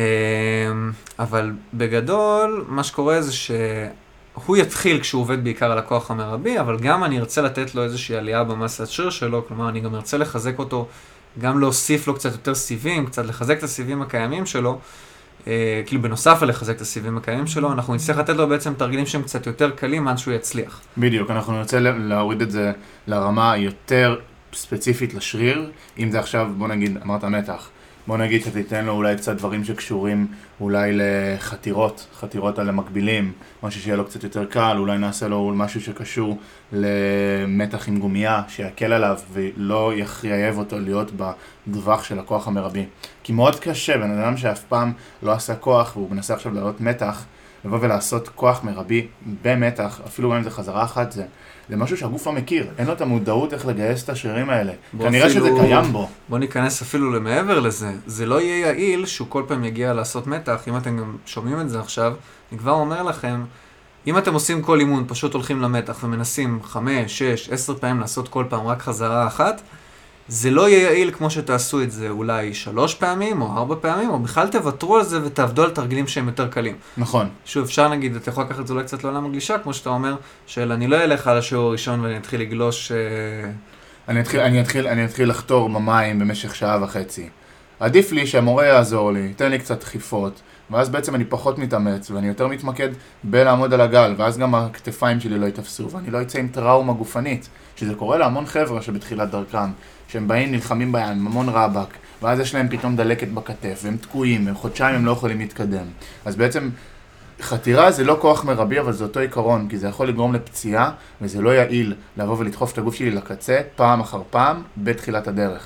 אבל בגדול, מה שקורה זה שהוא יתחיל כשהוא עובד בעיקר על הכוח המרבי, אבל גם אני ארצה לתת לו איזושהי עלייה במסת שריר שלו, כלומר, אני גם ארצה לחזק אותו, גם להוסיף לו קצת יותר סיבים, קצת לחזק את הסיבים הקיימים שלו, כאילו בנוסף על לחזק את הסיבים הקיימים שלו, אנחנו נצטרך לתת לו בעצם תרגילים שהם קצת יותר קלים עד שהוא יצליח.
בדיוק, אנחנו נרצה להוריד את זה לרמה יותר ספציפית לשריר, אם זה עכשיו, בוא נגיד, אמרת מתח, בוא נגיד שתיתן לו אולי קצת דברים שקשורים אולי לחתירות, חתירות על המקבילים, משהו שיהיה לו קצת יותר קל, אולי נעשה לו משהו שקשור למתח עם גומייה, שיקל עליו ולא יחייב אותו להיות בדווח של הכוח המרבי. כי מאוד קשה, בן אדם שאף פעם לא עשה כוח והוא מנסה עכשיו לעלות מתח, לבוא ולעשות כוח מרבי במתח, אפילו אם זה חזרה אחת, זה, זה משהו שהגוף לא מכיר, אין לו את המודעות איך לגייס את השרירים האלה. כנראה אפילו, שזה קיים בו.
בוא ניכנס אפילו למעבר לזה, זה לא יהיה יעיל שהוא כל פעם יגיע לעשות מתח, אם אתם גם שומעים את זה עכשיו, אני כבר אומר לכם, אם אתם עושים כל אימון, פשוט הולכים למתח ומנסים חמש, שש, עשר פעמים לעשות כל פעם רק חזרה אחת, זה לא יהיה יעיל כמו שתעשו את זה אולי שלוש פעמים או ארבע פעמים, או בכלל תוותרו על זה ותעבדו על תרגילים שהם יותר קלים.
נכון.
שוב, אפשר נגיד, אתה יכול לקחת את זה אולי קצת לעולם הגלישה, כמו שאתה אומר, של אני לא אלך על השיעור הראשון ואני אתחיל לגלוש...
אני אתחיל, אני אתחיל, אני אתחיל לחתור במים במשך שעה וחצי. עדיף לי שהמורה יעזור לי, ייתן לי קצת דחיפות, ואז בעצם אני פחות מתאמץ, ואני יותר מתמקד בלעמוד על הגל, ואז גם הכתפיים שלי לא יתפסו, ואני לא יצא עם טראומה גופנית, שזה קורה להמון חבר'ה שבתחילת דרכם, שהם באים נלחמים בים, המון רבק, ואז יש להם פתאום דלקת בכתף, והם תקועים, והם חודשיים הם לא יכולים להתקדם. אז בעצם חתירה זה לא כוח מרבי, אבל זה אותו עיקרון, כי זה יכול לגרום לפציעה, וזה לא יעיל לבוא ולדחוף את הגוף שלי לקצה, פעם אחר פעם, בתחילת הדרך.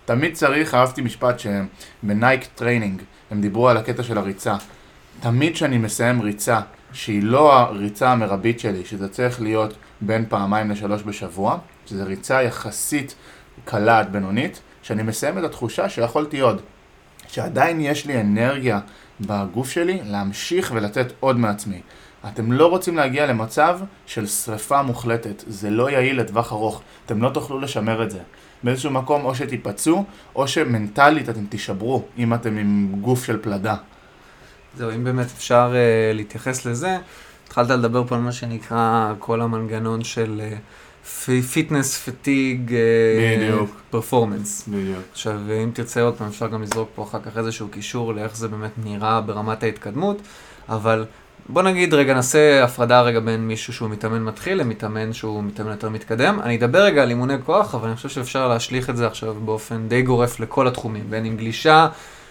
תמיד צריך, אהבתי משפט שבנייק טריינינג, הם דיברו על הקטע של הריצה. תמיד שאני מסיים ריצה, שהיא לא הריצה המרבית שלי, שזה צריך להיות בין פעמיים לשלוש בשבוע, שזה ריצה יחסית קלה עד בינונית, שאני מסיים את התחושה שיכולתי עוד, שעדיין יש לי אנרגיה בגוף שלי להמשיך ולתת עוד מעצמי. אתם לא רוצים להגיע למצב של שריפה מוחלטת, זה לא יעיל לטווח ארוך, אתם לא תוכלו לשמר את זה. באיזשהו מקום או שתיפצעו, או שמנטלית אתם תישברו, אם אתם עם גוף של פלדה.
זהו, אם באמת אפשר uh, להתייחס לזה, התחלת לדבר פה על מה שנקרא כל המנגנון של פיטנס, פטיג, פרפורמנס.
בדיוק.
עכשיו, אם תרצה עוד פעם, אפשר גם לזרוק פה אחר כך איזשהו קישור לאיך זה באמת נראה ברמת ההתקדמות, אבל בוא נגיד רגע, נעשה הפרדה רגע בין מישהו שהוא מתאמן מתחיל למתאמן שהוא מתאמן יותר מתקדם. אני אדבר רגע על אימוני כוח, אבל אני חושב שאפשר להשליך את זה עכשיו באופן די גורף לכל התחומים, בין עם גלישה,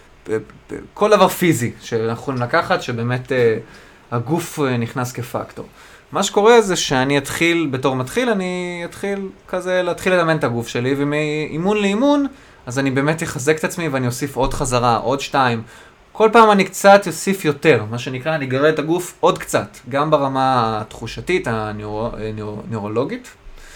כל דבר פיזי שאנחנו יכולים לקחת, שבאמת הגוף נכנס כפקטור. מה שקורה זה שאני אתחיל, בתור מתחיל, אני אתחיל כזה להתחיל לדמיין את הגוף שלי, ומאימון לאימון, אז אני באמת אחזק את עצמי ואני אוסיף עוד חזרה, עוד שתיים. כל פעם אני קצת אוסיף יותר, מה שנקרא, אני אגרה את הגוף עוד קצת, גם ברמה התחושתית, הנוירולוגית,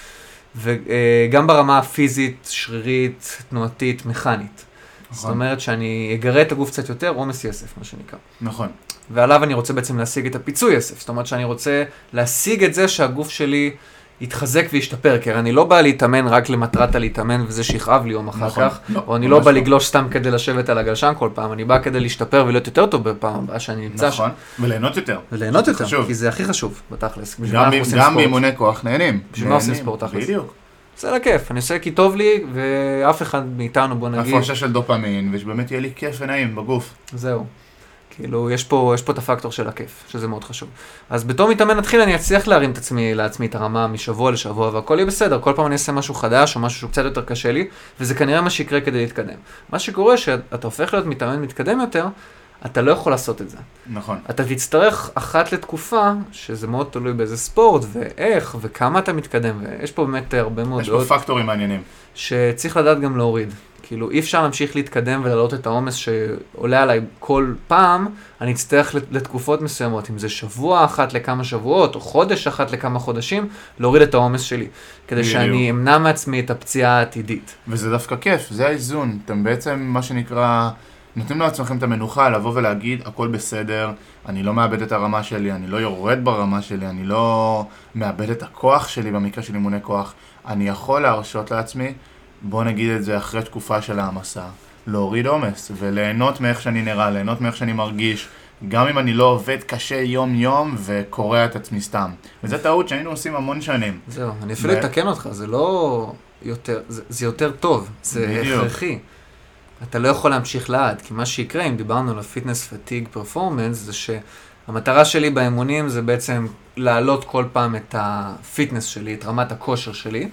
וגם ברמה הפיזית, שרירית, תנועתית, מכנית. זאת אומרת שאני אגרה את הגוף קצת יותר, עומס יסף, מה שנקרא.
נכון.
ועליו אני רוצה בעצם להשיג את הפיצוי יסף. זאת אומרת שאני רוצה להשיג את זה שהגוף שלי יתחזק וישתפר, כי אני לא בא להתאמן רק למטרת להתאמן וזה שיכאב לי יום אחר
נכון.
כך,
לא,
או אני לא בא לגלוש סתם כדי לשבת על הגלשן כל פעם, אני בא כדי להשתפר ולהיות יותר טוב בפעם הבאה שאני נמצא
נכון. שם. וליהנות יותר.
וליהנות יותר,
חשוב.
כי זה הכי חשוב, בתכלס.
גם, גם באימוני כוח נהנים.
בשביל מה עושים ספורט תכלס?
בדיוק.
זה לכיף, אני עושה כי טוב לי, ואף אחד מאיתנו, בוא נגיד...
הפרשה של דופמין, ושבאמת יהיה לי כיף ונעים בגוף.
זהו. כאילו, יש פה, יש פה את הפקטור של הכיף, שזה מאוד חשוב. אז בתור מתאמן נתחיל, אני אצליח להרים את עצמי, לעצמי את הרמה משבוע לשבוע, והכל יהיה בסדר. כל פעם אני אעשה משהו חדש, או משהו שהוא קצת יותר קשה לי, וזה כנראה מה שיקרה כדי להתקדם. מה שקורה, שאתה הופך להיות מתאמן מתקדם יותר, אתה לא יכול לעשות את זה.
נכון.
אתה תצטרך אחת לתקופה, שזה מאוד תלוי באיזה ספורט, ואיך, וכמה אתה מתקדם, ויש פה באמת הרבה מאוד...
יש פה פקטורים מעניינים.
שצריך לדעת גם להוריד. כאילו, אי אפשר להמשיך להתקדם ולהעלות את העומס שעולה עליי כל פעם, אני אצטרך לתקופות מסוימות, אם זה שבוע אחת לכמה שבועות, או חודש אחת לכמה חודשים, להוריד את העומס שלי, כדי שאני אמנע מעצמי את הפציעה העתידית.
וזה דווקא כיף, זה האיזון. אתם בעצם, מה שנקרא, נותנים לעצמכם את המנוחה, לבוא ולהגיד, הכל בסדר, אני לא מאבד את הרמה שלי, אני לא יורד ברמה שלי, אני לא מאבד את הכוח שלי במקרה של אימוני כוח, אני יכול להרשות לעצמי, בוא נגיד את זה אחרי תקופה של העמסה, להוריד עומס וליהנות מאיך שאני נראה, ליהנות מאיך שאני מרגיש, גם אם אני לא עובד קשה יום יום וקורע את עצמי סתם. וזו טעות שהיינו עושים המון שנים.
זהו, אני אפילו אתקן אותך, זה לא יותר, זה, זה יותר טוב, זה הכרחי. אתה לא יכול להמשיך לעד, כי מה שיקרה, אם דיברנו על הפיטנס פטיג פרפורמנס, זה שהמטרה שלי באימונים זה בעצם להעלות כל פעם את הפיטנס שלי, את רמת הכושר שלי,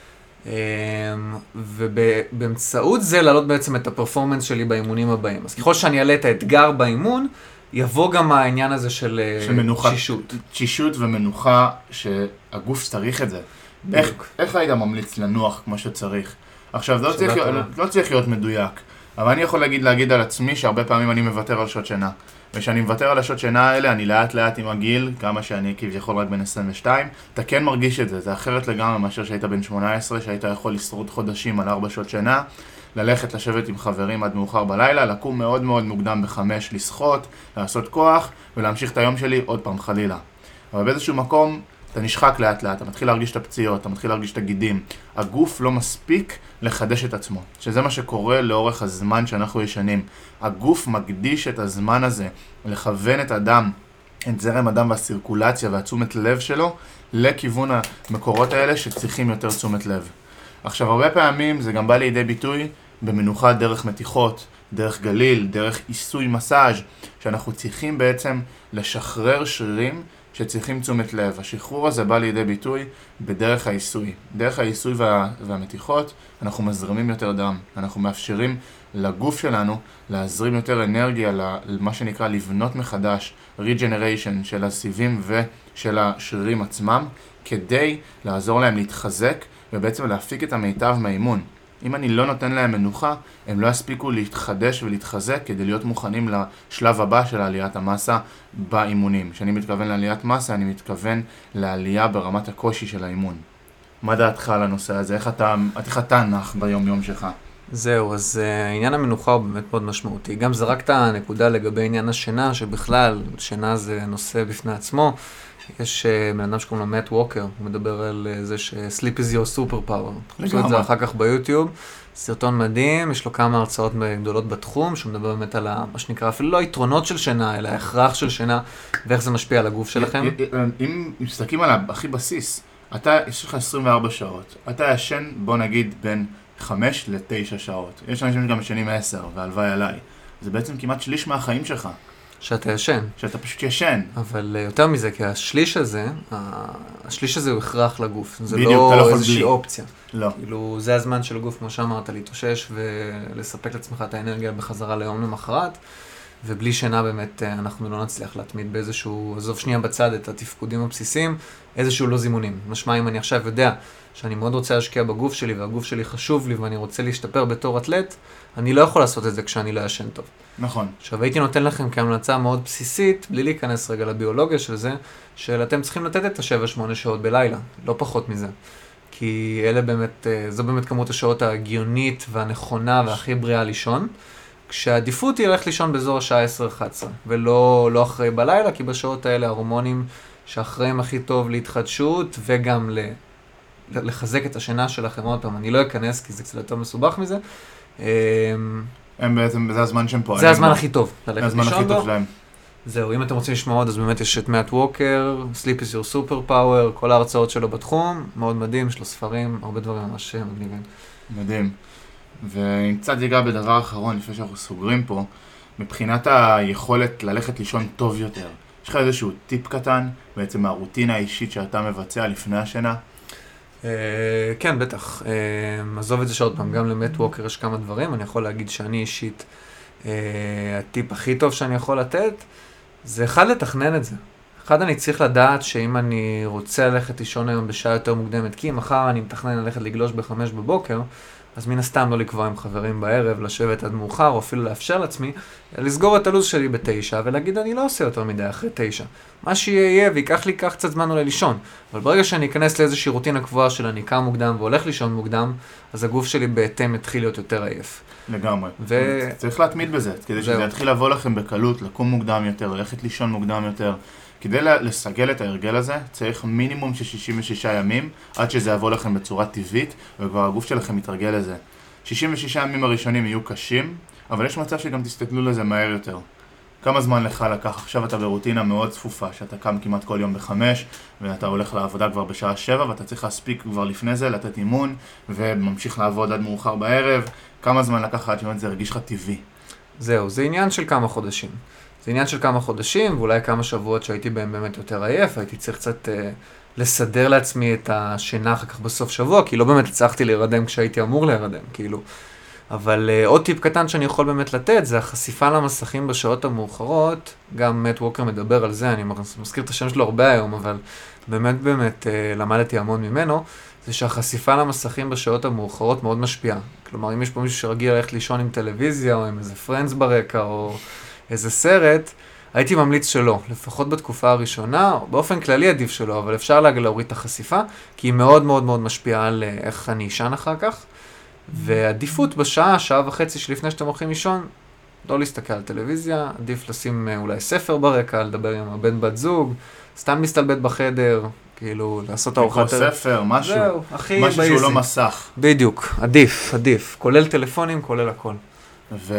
ובאמצעות זה להעלות בעצם את הפרפורמנס שלי באימונים הבאים. אז ככל שאני אעלה את האתגר באימון, יבוא גם העניין הזה של, של מנוחה, תשישות.
תשישות ומנוחה שהגוף צריך את זה. איך, איך היית ממליץ לנוח כמו שצריך? עכשיו, זה לא צריך, לא צריך להיות מדויק, אבל אני יכול להגיד, להגיד על עצמי שהרבה פעמים אני מוותר על שעות שינה. וכשאני מוותר על השעות שינה האלה, אני לאט לאט עם הגיל, כמה שאני כביכול רק בן עשרים ושתיים, אתה כן מרגיש את זה, זה אחרת לגמרי מאשר שהיית בן שמונה עשרה, שהיית יכול לשרוד חודשים על ארבע שעות שינה, ללכת לשבת עם חברים עד מאוחר בלילה, לקום מאוד מאוד מוקדם בחמש, לשחות, לעשות כוח, ולהמשיך את היום שלי עוד פעם חלילה. אבל באיזשהו מקום, אתה נשחק לאט לאט, אתה מתחיל להרגיש את הפציעות, אתה מתחיל להרגיש את הגידים. הגוף לא מספיק לחדש את עצמו, שזה מה שקורה לאורך הזמן שאנחנו ישנים. הגוף מקדיש את הזמן הזה לכוון את הדם, את זרם הדם והסירקולציה והתשומת לב שלו, לכיוון המקורות האלה שצריכים יותר תשומת לב. עכשיו, הרבה פעמים זה גם בא לידי ביטוי במנוחה דרך מתיחות, דרך גליל, דרך עיסוי מסאז', שאנחנו צריכים בעצם לשחרר שרירים שצריכים תשומת לב. השחרור הזה בא לידי ביטוי בדרך העיסוי. דרך העיסוי וה, והמתיחות אנחנו מזרימים יותר דם. אנחנו מאפשרים לגוף שלנו להזרים יותר אנרגיה למה שנקרא לבנות מחדש, regeneration של הסיבים ושל השרירים עצמם, כדי לעזור להם להתחזק ובעצם להפיק את המיטב מהאימון. אם אני לא נותן להם מנוחה, הם לא יספיקו להתחדש ולהתחזק כדי להיות מוכנים לשלב הבא של עליית המסה באימונים. כשאני מתכוון לעליית מסה, אני מתכוון לעלייה ברמת הקושי של האימון. מה דעתך על הנושא הזה? איך אתה, איך אתה נח ביום יום שלך?
זהו, אז uh, עניין המנוחה הוא באמת מאוד משמעותי. גם זרקת נקודה לגבי עניין השינה, שבכלל, שינה זה נושא בפני עצמו. יש uh, בן אדם שקוראים לו מאט ווקר, הוא מדבר על uh, זה ש-Sleep is your superpower. תחשבו את זה אחר כך ביוטיוב, סרטון מדהים, יש לו כמה הרצאות גדולות בתחום, שהוא מדבר באמת על מה שנקרא, אפילו לא היתרונות של שינה, אלא ההכרח של שינה, ואיך זה משפיע על הגוף שלכם.
אם מסתכלים על הכי בסיס, אתה, יש לך עשרים וארבע שעות, אתה ישן, בוא נגיד, בין חמש לתשע שעות. יש אנשים שגם ישנים עשר, והלוואי עליי. זה בעצם כמעט שליש מהחיים שלך.
שאתה ישן.
שאתה פשוט ישן.
אבל יותר מזה, כי השליש הזה, השליש הזה הוא הכרח לגוף. זה
בדיוק,
לא
אתה לא יכול
איזושהי
בלי.
אופציה.
לא.
כאילו, זה הזמן של הגוף, כמו שאמרת, להתאושש ולספק לעצמך את האנרגיה בחזרה ליום למחרת. ובלי שינה באמת אנחנו לא נצליח להתמיד באיזשהו, עזוב שנייה בצד את התפקודים הבסיסיים, איזשהו לא זימונים. משמע, אם אני עכשיו יודע שאני מאוד רוצה להשקיע בגוף שלי, והגוף שלי חשוב לי, ואני רוצה להשתפר בתור אתלט, אני לא יכול לעשות את זה כשאני לא ישן טוב.
נכון.
עכשיו, הייתי נותן לכם כהמלצה מאוד בסיסית, בלי להיכנס רגע לביולוגיה של זה, של אתם צריכים לתת את השבע שמונה שעות בלילה, לא פחות מזה. כי אלה באמת, זו באמת כמות השעות ההגיונית והנכונה והכי בריאה לישון. כשהעדיפות היא ללכת לישון באזור השעה עשר אחת עשרה, ולא לא אחרי בלילה, כי בשעות האלה ההורמונים שאחראים הכי טוב להתחדשות, וגם ל, לחזק את השינה שלכם עוד פעם. אני לא אכנס, כי זה קצת יותר מסובך מזה.
הם בעצם, זה הזמן שהם פועלים.
זה הזמן הכי טוב.
זה הזמן הכי טוב שלהם.
זהו, אם אתם רוצים לשמוע עוד, אז באמת יש את מאט ווקר, Sleep is your superpower, כל ההרצאות שלו בתחום, מאוד מדהים, יש לו ספרים, הרבה דברים ממש מגניבים.
מדהים. ואם קצת ניגע בדבר אחרון, לפני שאנחנו סוגרים פה, מבחינת היכולת ללכת לישון טוב יותר, יש לך איזשהו טיפ קטן, בעצם מהרוטינה האישית שאתה מבצע לפני השינה?
כן, בטח. עזוב את זה שעוד פעם, גם למאט ווקר יש כמה דברים, אני יכול להגיד שאני אישית, הטיפ הכי טוב שאני יכול לתת, זה אחד לתכנן את זה. אחד, אני צריך לדעת שאם אני רוצה ללכת לישון היום בשעה יותר מוקדמת, כי מחר אני מתכנן ללכת לגלוש בחמש בבוקר, אז מן הסתם לא לקבוע עם חברים בערב, לשבת עד מאוחר, או אפילו לאפשר לעצמי, לסגור את הלו"ז שלי בתשע, ולהגיד אני לא עושה יותר מדי אחרי תשע. מה שיהיה יהיה, ויקח לי כך קצת זמן אולי לישון. אבל ברגע שאני אכנס לאיזושהי רוטינה קבועה של אני קם מוקדם והולך לישון מוקדם, אז הגוף שלי בהתאם יתחיל להיות יותר עייף.
לגמרי.
ו...
צריך להתמיד בזה, כדי שזה יתחיל לבוא לכם בקלות, לקום מוקדם יותר, ללכת לישון מוקדם יותר. כדי לסגל את ההרגל הזה, צריך מינימום של שישים ושישה ימים, עד שזה יבוא לכם בצורה טבעית, וכבר הגוף שלכם יתרגל לזה. שישים ושישה ימים הראשונים יהיו קשים, אבל יש מצב שגם תסתכלו לזה מהר יותר. כמה זמן לך לקח? עכשיו אתה ברוטינה מאוד צפופה, שאתה קם כמעט כל יום בחמש, ואתה הולך לעבודה כבר בשעה שבע, ואתה צריך להספיק כבר לפני זה, לתת אימון, וממשיך לעבוד עד מאוחר בערב. כמה זמן לקח עד שבאמת זה הרגיש לך טבעי?
זהו, זה עניין של כמה חודשים. זה עניין של כמה חודשים, ואולי כמה שבועות שהייתי בהם באמת יותר עייף, הייתי צריך קצת אה, לסדר לעצמי את השינה אחר כך בסוף שבוע, כי לא באמת הצלחתי להירדם כשהייתי אמור להירדם, כאילו. אבל אה, עוד טיפ קטן שאני יכול באמת לתת, זה החשיפה למסכים בשעות המאוחרות, גם מאט ווקר מדבר על זה, אני מזכיר את השם שלו הרבה היום, אבל באמת באמת אה, למדתי המון ממנו, זה שהחשיפה למסכים בשעות המאוחרות מאוד משפיעה. כלומר, אם יש פה מישהו שרגיל ללכת לישון עם טלוויזיה, או עם איזה פרנדס ברקע, או איזה סרט, הייתי ממליץ שלא, לפחות בתקופה הראשונה, באופן כללי עדיף שלא, אבל אפשר להוריד את החשיפה, כי היא מאוד מאוד מאוד משפיעה על איך אני ישן אחר כך, ועדיפות בשעה, שעה וחצי שלפני שאתם הולכים לישון, לא להסתכל על טלוויזיה, עדיף לשים אולי ספר ברקע, לדבר עם הבן בת זוג, סתם להסתלבט בחדר, כאילו לעשות ארוחת
לקרוא ספר, משהו,
זהו, הכי
משהו
בייזי.
שהוא לא מסך.
בדיוק, עדיף, עדיף, כולל טלפונים, כולל הכל.
ו...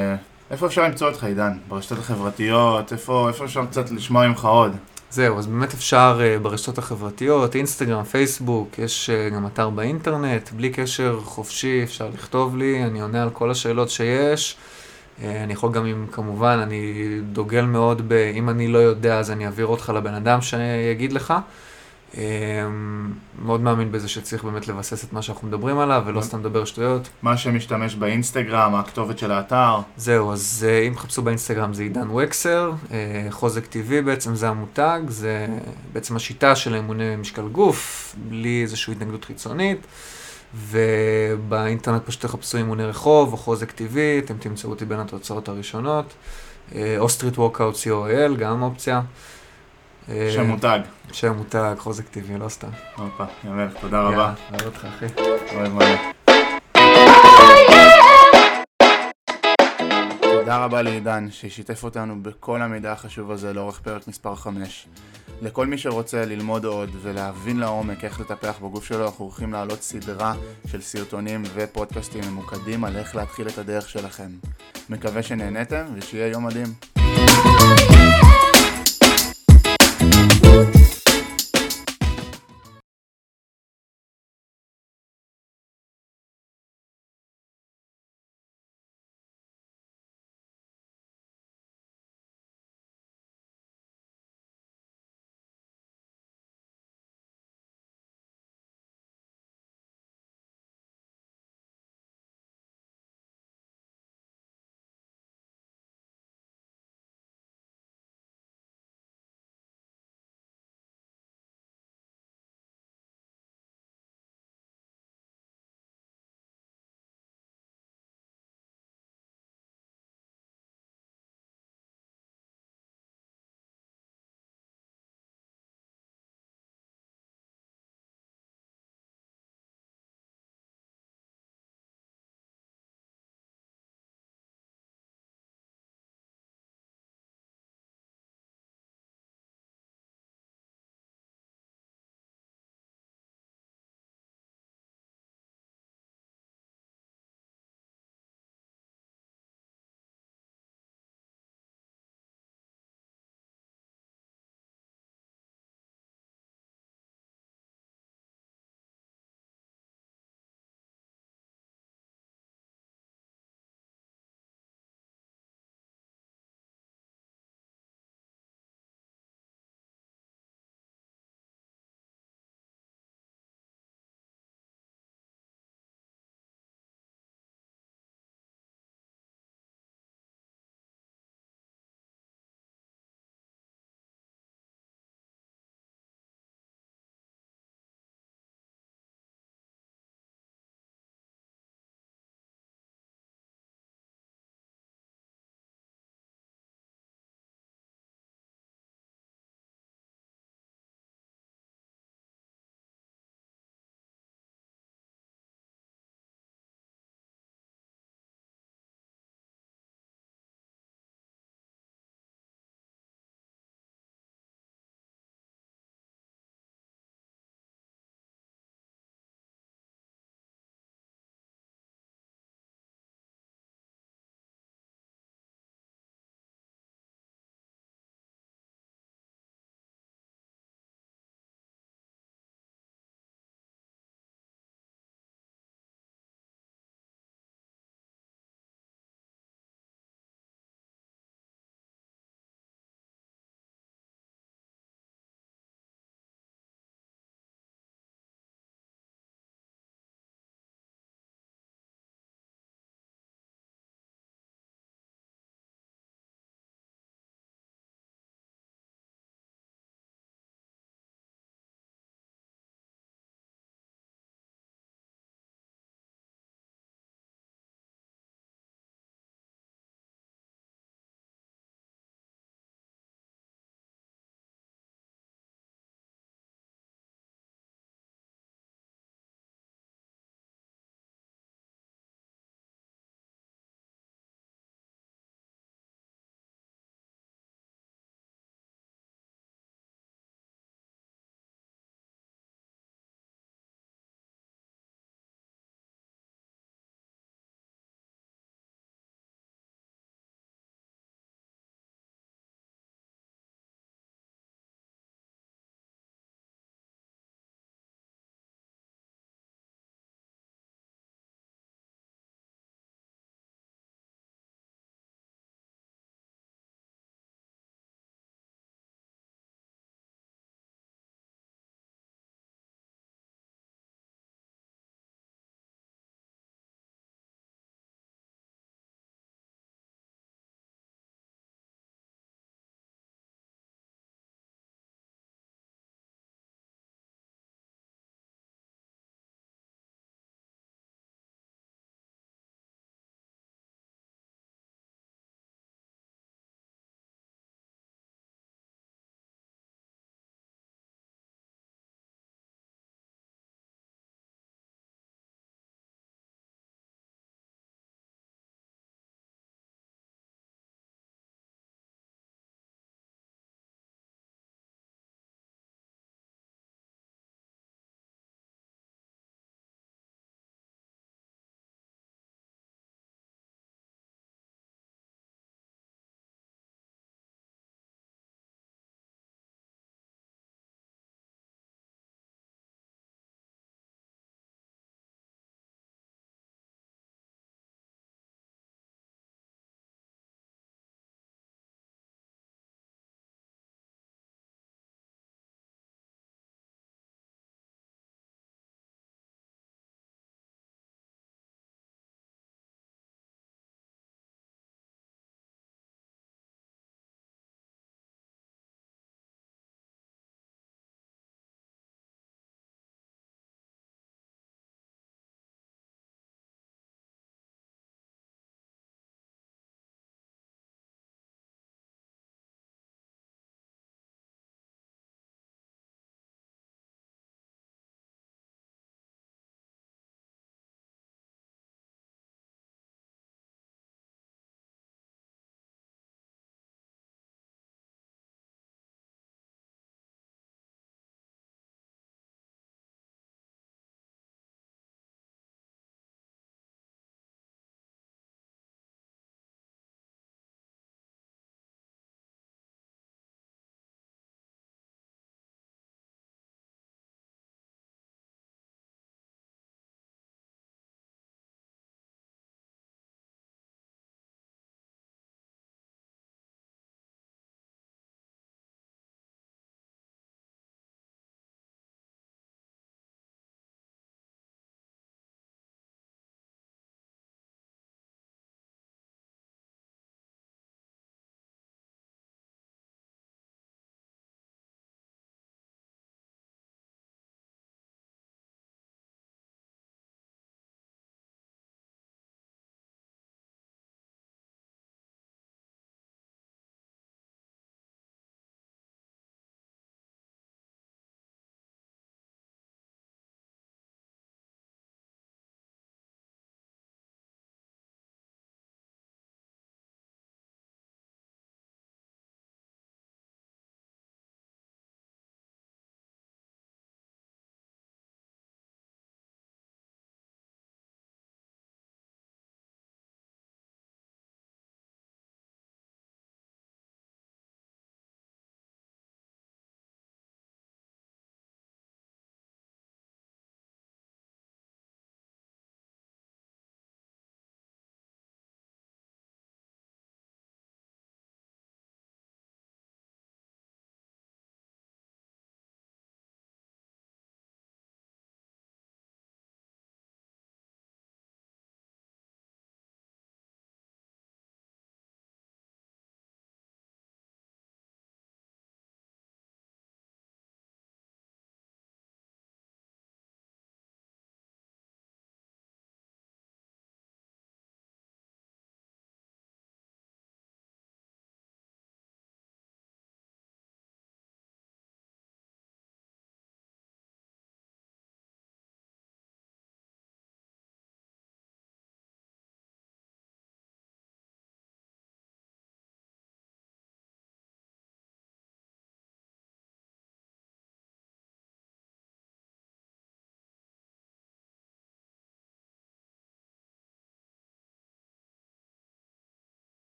איפה אפשר למצוא אותך, עידן? ברשתות החברתיות? איפה, איפה אפשר קצת לשמוע ממך עוד?
זהו, אז באמת אפשר uh, ברשתות החברתיות, אינסטגרם, פייסבוק, יש uh, גם אתר באינטרנט, בלי קשר חופשי, אפשר לכתוב לי, אני עונה על כל השאלות שיש. Uh, אני יכול גם אם, כמובן, אני דוגל מאוד ב... אם אני לא יודע, אז אני אעביר אותך לבן אדם שיגיד לך. Uh, מאוד מאמין בזה שצריך באמת לבסס את מה שאנחנו מדברים עליו, ולא סתם לדבר שטויות.
מה שמשתמש באינסטגרם, הכתובת של האתר.
זהו, אז uh, אם חפשו באינסטגרם זה עידן וקסר, uh, חוזק טבעי בעצם זה המותג, זה בעצם השיטה של אימוני משקל גוף, בלי איזושהי התנגדות חיצונית, ובאינטרנט פשוט תחפשו אימוני רחוב או חוזק טבעי, אתם תמצאו אותי בין התוצאות הראשונות. או סטריט וורקאוט סי או אל, גם אופציה.
שם מותג.
שם מותג, חוזק טבעי, לא סתם.
הופה, יאמר, תודה רבה.
יאללה, אוהב אותך אחי.
אוהב מלא. תודה רבה לעידן ששיתף אותנו בכל המידע החשוב הזה לאורך פרק מספר חמש. לכל מי שרוצה ללמוד עוד ולהבין לעומק איך לטפח בגוף שלו, אנחנו הולכים לעלות סדרה של סרטונים ופודקאסטים ממוקדים על איך להתחיל את הדרך שלכם. מקווה שנהנתם ושיהיה יום מדהים.